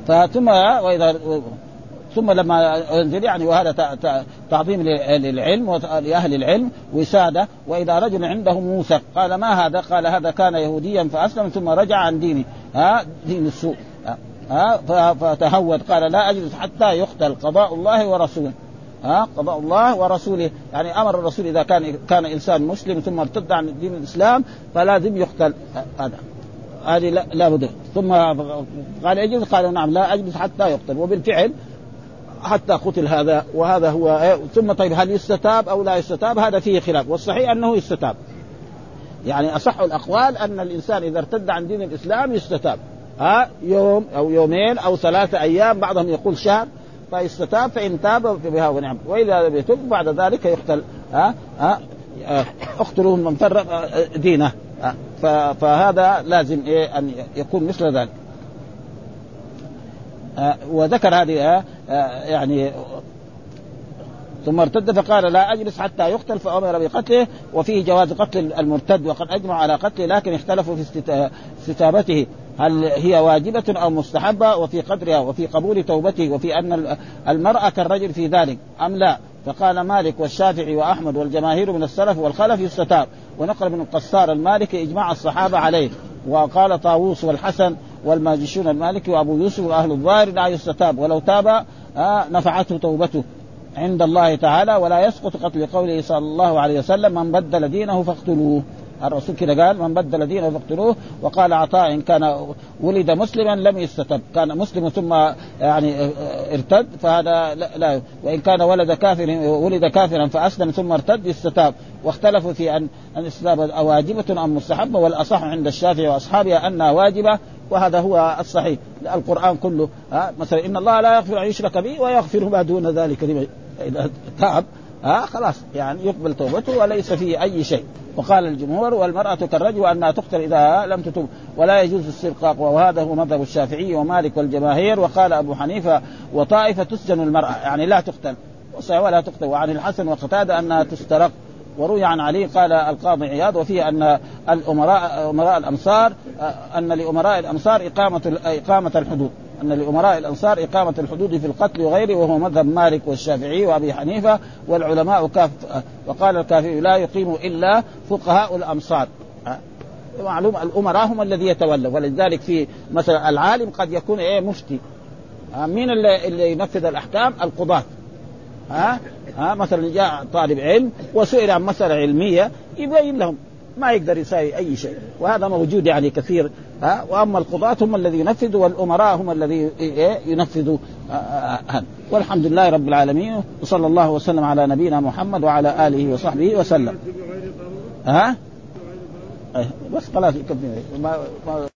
فثم وإذا ثم لما ينزل يعني وهذا تعظيم للعلم ولأهل العلم وسادة. وإذا رجل عنده موثق قال ما هذا؟ قال هذا كان يهوديا فأسلم ثم رجع عن دينه ها دين السوء ها فتهود قال لا أجلس حتى يقتل قضاء الله ورسوله ها قضاء الله ورسوله يعني أمر الرسول إذا كان كان إنسان مسلم ثم ارتد عن دين الإسلام فلازم يقتل. هذا هذه لا, لا بد. ثم قال أجلس قال نعم لا أجلس حتى يقتل وبالفعل حتى قتل هذا. وهذا هو. ثم طيب هل يستتاب أو لا يستتاب؟ هذا فيه خلاف والصحيح أنه يستتاب. يعني أصح الأقوال أن الإنسان إذا ارتد عن دين الإسلام يستتاب ها يوم أو يومين أو ثلاثة أيام بعضهم يقول شهر فيستتاب فإن تاب بها ونعم وإذا لم يتب بعد ذلك يقتل ها ها اقتلوهم من فرق دينه. فهذا لازم إيه أن يكون مثل ذلك. وذكر هذه يعني ثم ارتد فقال لا أجلس حتى يقتل فأمر بقتله. وفيه جواز قتل المرتد وقد أجمع على قتله لكن اختلفوا في استتابته هل هي واجبة أو مستحبة وفي قدرها وفي قبول توبته وفي أن المرأة كالرجل في ذلك أم لا. فقال مالك والشافعي وأحمد والجماهير من السلف والخلف يستتاب. ونقل من القصار المالكي إجماع الصحابة عليه. وقال طاووس والحسن والماجشون المالكي وأبو يوسف وأهل الظاهر لا يستتاب ولو تاب نفعته توبته عند الله تعالى ولا يسقط قتل قوله صلى الله عليه وسلم من بدل دينه فاقتلوه. الرسول كده قال من بدل دينه فاقتلوه. وقال عطاء إن كان ولد مسلما لم يستتب كان مسلم ثم يعني ارتد فهذا لا, لا. وإن كان ولد كافر ولد كافرا فأسلم ثم ارتد يستتاب. واختلفوا في أن الاستتابة واجبة أم مستحبة والأصح عند الشافعي وأصحابه أنها واجبة وهذا هو الصحيح. القرآن كله ها مثلا إن الله لا يغفر أن يشرك به ويغفر ما دون ذلك إذا تعب ها خلاص يعني يقبل توبته وليس فيه أي شيء. وقال الجمهور والمرأة كالرجل أنها تقتل إذا لم تتوب ولا يجوز السرقاق وهذا هو مذهب الشافعي ومالك والجماهير. وقال أبو حنيفة وطائفة تسجن المرأة يعني لا تقتل ولا تقتل. وعن الحسن وقتادة أنها تسترق. وروي عن علي قال القاضي عياض وفيه أن الأمراء أمراء الأمصار أن لأمراء الأمصار إقامة إقامة الحدود أن لأمراء الأنصار إقامة الحدود في القتل وغيره وهو مذهب مالك والشافعي وأبي حنيفة والعلماء كاف. وقال الكافي لا يقيم إلا فقهاء الأمصار. معلوم الأمراء هم الذي يتولوا ولذلك في مثلا العالم قد يكون إيه مفتي. مين اللي, اللي ينفذ الأحكام؟ القضاة. ها ها مثلا جاء طالب علم وسئل عن مسألة علمية يبين لهم ما يقدر يساوي أي شيء وهذا موجود يعني كثير. ها وأما القضاة هم الذي ينفذوا والأمراء هم الذي ينفذوا. والحمد لله رب العالمين وصلى الله وسلم على نبينا محمد وعلى آله وصحبه وسلم. ها بس خلاص يكفي.